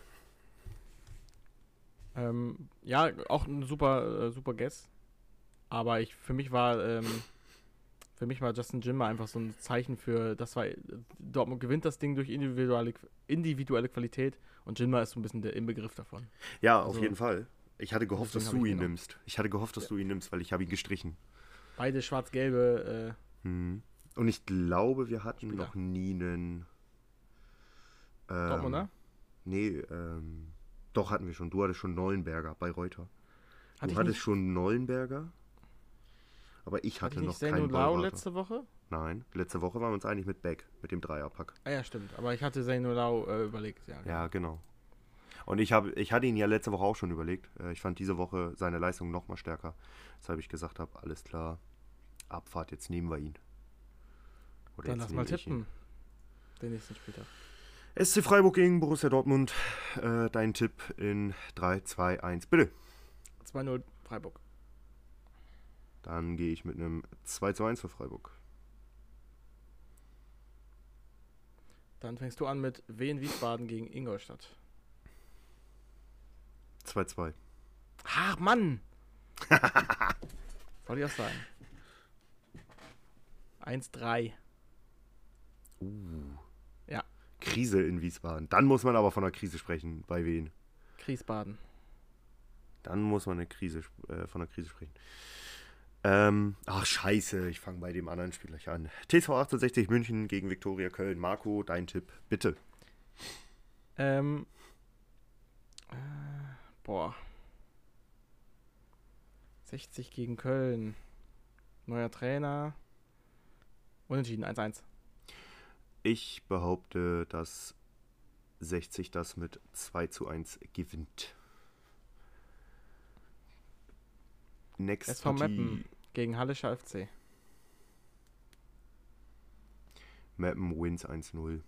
Speaker 7: Ja, auch ein super Guess. Aber für mich war Justin Jinma einfach so ein Zeichen für, Dortmund gewinnt das Ding durch individuelle Qualität und Jinma ist so ein bisschen der Inbegriff davon.
Speaker 2: Ja, auf jeden Fall. Ich hatte gehofft, dass du ihn nimmst. Weil ich habe ihn gestrichen.
Speaker 7: Beide schwarz-gelbe.
Speaker 2: Und ich glaube, wir hatten noch nie einen
Speaker 7: Dortmunder?
Speaker 2: Nee, doch hatten wir schon. Du hattest schon Neuenberger bei Reuter. Du hattest schon Neuenberger, aber ich hatte noch keinen Ballwarte.
Speaker 7: Letzte Woche?
Speaker 2: Nein, letzte Woche waren wir uns eigentlich mit Beck, mit dem Dreierpack.
Speaker 7: Ah ja, stimmt. Aber ich hatte Zeynolau überlegt.
Speaker 2: Ja, genau. Und ich hatte ihn ja letzte Woche auch schon überlegt. Ich fand diese Woche seine Leistung noch mal stärker. Weshalb ich gesagt habe, alles klar, Abfahrt, jetzt nehmen wir ihn.
Speaker 7: Oder dann lass mal tippen. Den nächsten Spieltag.
Speaker 2: SC Freiburg gegen Borussia Dortmund. Dein Tipp in 3, 2, 1, bitte.
Speaker 7: 2-0 Freiburg.
Speaker 2: Dann gehe ich mit einem 2-1 für Freiburg.
Speaker 7: Dann fängst du an mit Wien Wiesbaden gegen Ingolstadt.
Speaker 2: 2-2.
Speaker 7: Ach, Mann! Wollte ich auch sagen. 1-3. Ja.
Speaker 2: Krise in Wiesbaden. Dann muss man aber von einer Krise sprechen. Bei Wien?
Speaker 7: Wiesbaden.
Speaker 2: Dann muss man von einer Krise sprechen. Scheiße, ich fange bei dem anderen Spiel gleich an. TSV 1860 München gegen Viktoria Köln. Marco, dein Tipp, bitte.
Speaker 7: 60 gegen Köln. Neuer Trainer. Unentschieden, 1-1.
Speaker 2: Ich behaupte, dass 60 das mit 2-1 gewinnt.
Speaker 7: SV Meppen gegen Hallischer FC.
Speaker 2: Meppen wins 1-0.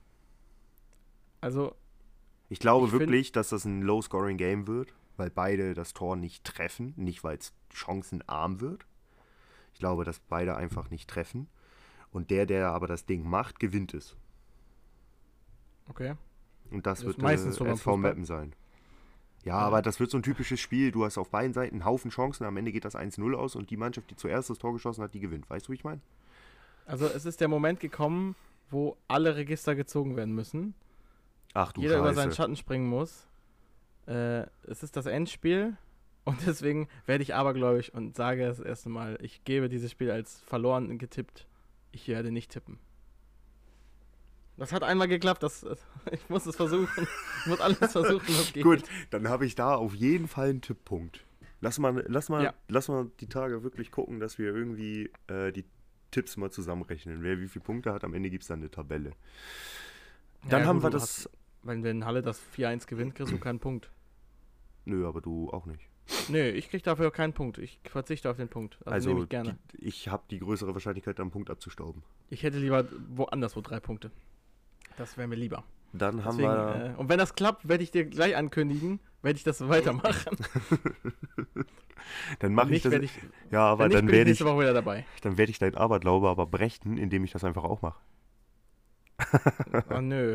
Speaker 7: Also
Speaker 2: ich glaube wirklich, dass das ein Low-Scoring-Game wird, weil beide das Tor nicht treffen, nicht weil es chancenarm wird. Ich glaube, dass beide einfach nicht treffen. Und der aber das Ding macht, gewinnt es.
Speaker 7: Okay.
Speaker 2: Und das wird meistens SV Meppen sein. Ja, aber das wird so ein typisches Spiel. Du hast auf beiden Seiten einen Haufen Chancen. Am Ende geht das 1-0 aus und die Mannschaft, die zuerst das Tor geschossen hat, die gewinnt. Weißt du, wie ich meine?
Speaker 7: Also es ist der Moment gekommen, wo alle Register gezogen werden müssen.
Speaker 2: Ach du
Speaker 7: Jeder
Speaker 2: Scheiße.
Speaker 7: über seinen Schatten springen muss. Es ist das Endspiel und deswegen werde ich abergläubisch und sage das erste Mal, ich gebe dieses Spiel als verloren getippt. Ich werde nicht tippen. Das hat einmal geklappt, ich muss es versuchen. Ich muss alles versuchen, was geht.
Speaker 2: Gut, dann habe ich da auf jeden Fall einen Tipppunkt. Lass mal die Tage wirklich gucken, dass wir irgendwie die Tipps mal zusammenrechnen. Wer wie viele Punkte hat, am Ende gibt es dann eine Tabelle. Dann haben wir das...
Speaker 7: Wenn Halle das 4-1 gewinnt, kriegst du keinen Punkt.
Speaker 2: Nö, aber du auch nicht.
Speaker 7: Nö, ich krieg dafür keinen Punkt. Ich verzichte auf den Punkt. Also nehme ich gerne.
Speaker 2: Ich habe die größere Wahrscheinlichkeit, einen Punkt abzustauben.
Speaker 7: Ich hätte lieber woanders 3 Punkte. Das wäre mir lieber.
Speaker 2: Dann haben wir...
Speaker 7: und wenn das klappt, werde ich dir gleich ankündigen, werde ich das weitermachen.
Speaker 2: Dann mache ich das. Ja, aber dann werde ich nächste Woche wieder dabei. Dann werde ich deinen Aberglaube aber brechen, indem ich das einfach auch mache.
Speaker 7: Oh nö.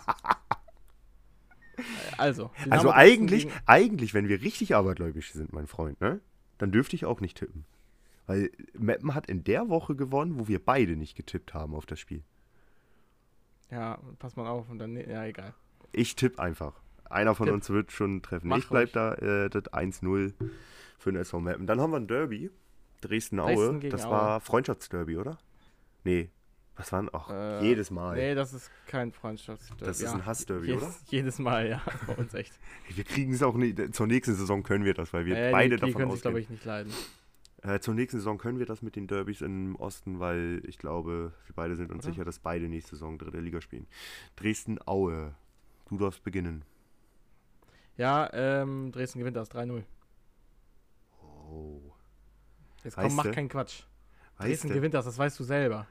Speaker 7: Also
Speaker 2: eigentlich, wenn wir richtig abergläubisch sind, mein Freund, ne, dann dürfte ich auch nicht tippen. Weil Meppen hat in der Woche gewonnen, wo wir beide nicht getippt haben auf das Spiel.
Speaker 7: Ja, pass mal auf und dann, ja, egal.
Speaker 2: Ich tippe einfach. Einer von uns wird schon treffen. Ich bleib da, das 1-0 für den SV Meppen. Dann haben wir ein Derby, Dresden-Aue. Das war Freundschaftsderby, oder? Nee. Was waren auch jedes Mal.
Speaker 7: Nee, das ist kein Freundschaftsderby.
Speaker 2: Das ist ein Hassderby, oder?
Speaker 7: Jedes Mal, ja, bei uns echt.
Speaker 2: Wir kriegen es auch nicht, zur nächsten Saison können wir das, weil wir beide davon ausgehen. Die können sich,
Speaker 7: glaube ich, nicht leiden.
Speaker 2: Zur nächsten Saison können wir das mit den Derbys im Osten, weil ich glaube, wir beide sind uns sicher, dass beide nächste Saison 3. Liga spielen. Dresden-Aue, du darfst beginnen.
Speaker 7: Ja, Dresden gewinnt das 3-0.
Speaker 2: Oh.
Speaker 7: Jetzt komm, mach keinen Quatsch. Dresden gewinnt das weißt du selber.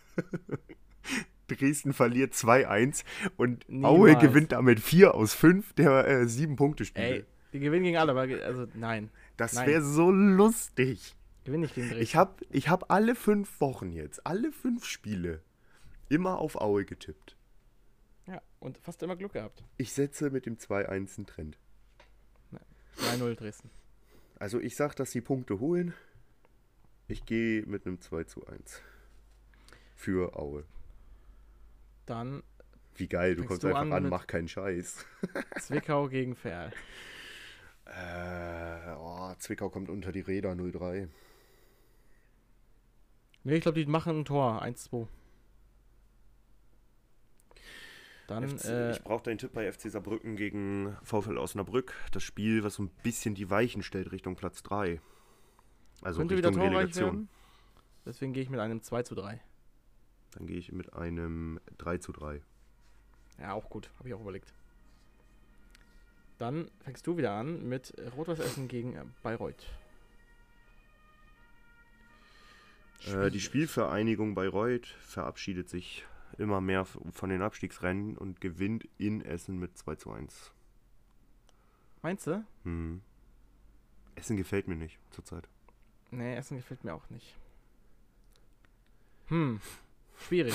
Speaker 2: Dresden verliert 2-1 und Aue gewinnt damit 4 aus 5 der 7-Punkte-Spiele.
Speaker 7: Ey, die gewinnen gegen alle, also nein.
Speaker 2: Das wäre so lustig.
Speaker 7: Gewinne ich gegen Dresden.
Speaker 2: Ich hab alle 5 Wochen jetzt, alle 5 Spiele, immer auf Aue getippt.
Speaker 7: Ja, und fast immer Glück gehabt.
Speaker 2: Ich setze mit dem 2-1 einen Trend.
Speaker 7: 3-0 Dresden.
Speaker 2: Also ich sag, dass die Punkte holen. Ich gehe mit einem 2-1 für Aue.
Speaker 7: Dann.
Speaker 2: Wie geil, du kommst einfach an, mach keinen Scheiß.
Speaker 7: Zwickau gegen Verl.
Speaker 2: Zwickau kommt unter die Räder 0-3.
Speaker 7: Nee, ich glaube, die machen ein Tor, 1-2. Dann,
Speaker 2: ich brauche deinen Tipp bei FC Saarbrücken gegen VfL Osnabrück. Das Spiel, was so ein bisschen die Weichen stellt Richtung Platz 3. Also
Speaker 7: könnte
Speaker 2: Richtung
Speaker 7: wieder
Speaker 2: Relegation.
Speaker 7: Werden. Deswegen gehe ich mit einem 2-3.
Speaker 2: Dann gehe ich mit einem 3-3.
Speaker 7: Ja, auch gut. Habe ich auch überlegt. Dann fängst du wieder an mit Rot-Weiß Essen gegen Bayreuth.
Speaker 2: Die Spielvereinigung Bayreuth verabschiedet sich immer mehr von den Abstiegsrennen und gewinnt in Essen mit 2-1.
Speaker 7: Meinst du?
Speaker 2: Essen gefällt mir nicht zurzeit.
Speaker 7: Nee, Essen gefällt mir auch nicht. Schwierig.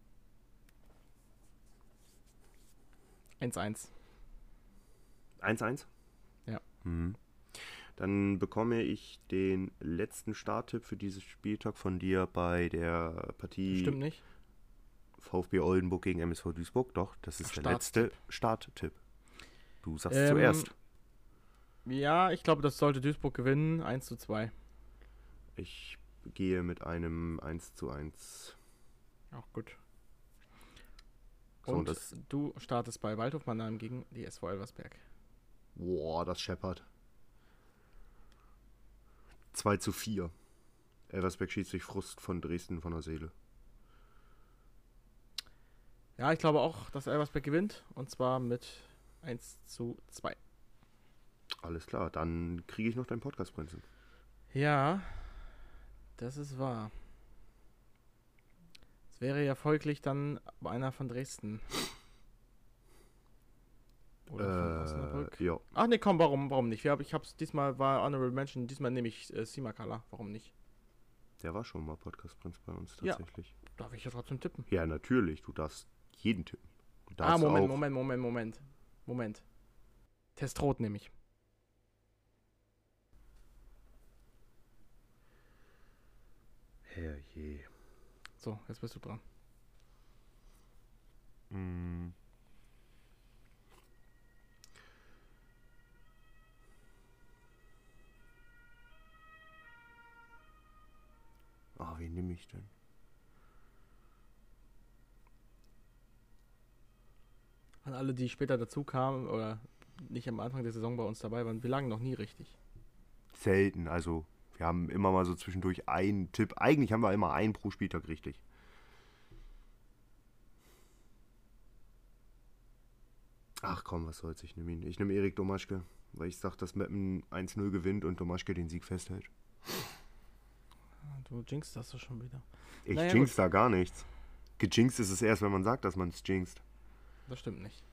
Speaker 7: 1-1.
Speaker 2: 1-1?
Speaker 7: Ja.
Speaker 2: Dann bekomme ich den letzten Starttipp für dieses Spieltag von dir bei der Partie.
Speaker 7: Stimmt nicht.
Speaker 2: VfB Oldenburg gegen MSV Duisburg. Doch, das ist der letzte Starttipp. Du sagst zuerst.
Speaker 7: Ja, ich glaube, das sollte Duisburg gewinnen. 1-2.
Speaker 2: Ich gehe mit einem 1-1.
Speaker 7: Auch gut.
Speaker 2: So,
Speaker 7: und du startest bei Waldhof Mannheim gegen die SV Elversberg.
Speaker 2: Boah, das scheppert. 2-4. Elversberg schießt sich Frust von Dresden von der Seele.
Speaker 7: Ja, ich glaube auch, dass Elversberg gewinnt. Und zwar mit 1-2.
Speaker 2: Alles klar, dann kriege ich noch dein Podcast-Prinzip.
Speaker 7: Ja, das ist wahr. Es wäre ja folglich dann einer von Dresden. Oder von Osnabrück.
Speaker 2: Ja.
Speaker 7: Ach nee, komm, warum nicht? Ich hab's diesmal war Honorable Mention, diesmal nehme ich Simakala. Warum nicht?
Speaker 2: Der war schon mal Podcast-Prinz bei uns tatsächlich.
Speaker 7: Ja. Darf ich ja trotzdem tippen?
Speaker 2: Ja, natürlich. Du darfst jeden tippen. Du darfst
Speaker 7: Moment. Testrot nehme ich.
Speaker 2: Herrje.
Speaker 7: So, jetzt bist du dran.
Speaker 2: Wen nehme ich denn?
Speaker 7: An alle, die später dazu kamen oder nicht am Anfang der Saison bei uns dabei waren, wir lagen noch nie richtig.
Speaker 2: Selten, also wir haben immer mal so zwischendurch einen Tipp. Eigentlich haben wir immer einen pro Spieltag richtig. Ach komm, was soll's, ich nehme ihn. Ich nehme Erik Domaschke, weil ich sage, dass Meppen 1-0 gewinnt und Domaschke den Sieg festhält.
Speaker 7: Du jinxst das doch schon wieder.
Speaker 2: Ich jinx da gar nichts. Gejinxt ist es erst, wenn man sagt, dass man es jinxt.
Speaker 7: Das stimmt nicht.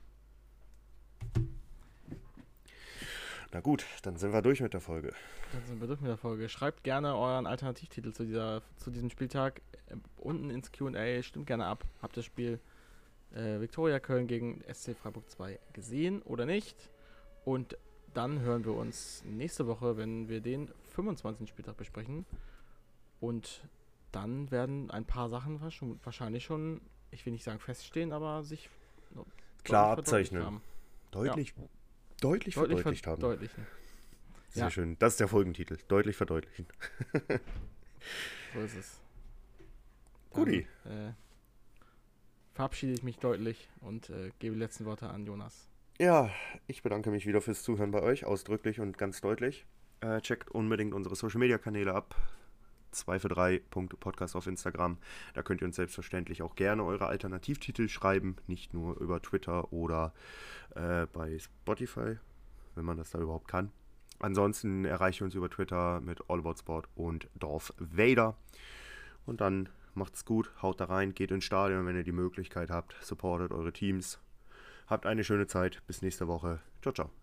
Speaker 2: Na gut, dann sind wir durch mit der Folge.
Speaker 7: Schreibt gerne euren Alternativtitel zu diesem Spieltag unten ins Q&A. Stimmt gerne ab. Habt das Spiel Viktoria Köln gegen SC Freiburg 2 gesehen oder nicht? Und dann hören wir uns nächste Woche, wenn wir den 25. Spieltag besprechen. Und dann werden ein paar Sachen wahrscheinlich schon, ich will nicht sagen feststehen, aber sich
Speaker 2: klar abzeichnen. Deutlich verdeutlicht haben.
Speaker 7: Verdeutlichen.
Speaker 2: Sehr schön. Das ist der Folgentitel. Deutlich verdeutlichen.
Speaker 7: So ist es.
Speaker 2: Guti.
Speaker 7: Verabschiede ich mich deutlich und gebe die letzten Worte an Jonas.
Speaker 2: Ja, ich bedanke mich wieder fürs Zuhören bei euch, ausdrücklich und ganz deutlich. Checkt unbedingt unsere Social-Media-Kanäle ab. 2für3.podcast auf Instagram. Da könnt ihr uns selbstverständlich auch gerne eure Alternativtitel schreiben, nicht nur über Twitter oder bei Spotify, wenn man das da überhaupt kann. Ansonsten erreicht ihr uns über Twitter mit AllAboutSport und Darth Vader. Und dann macht's gut, haut da rein, geht ins Stadion, wenn ihr die Möglichkeit habt, supportet eure Teams. Habt eine schöne Zeit, bis nächste Woche. Ciao, ciao.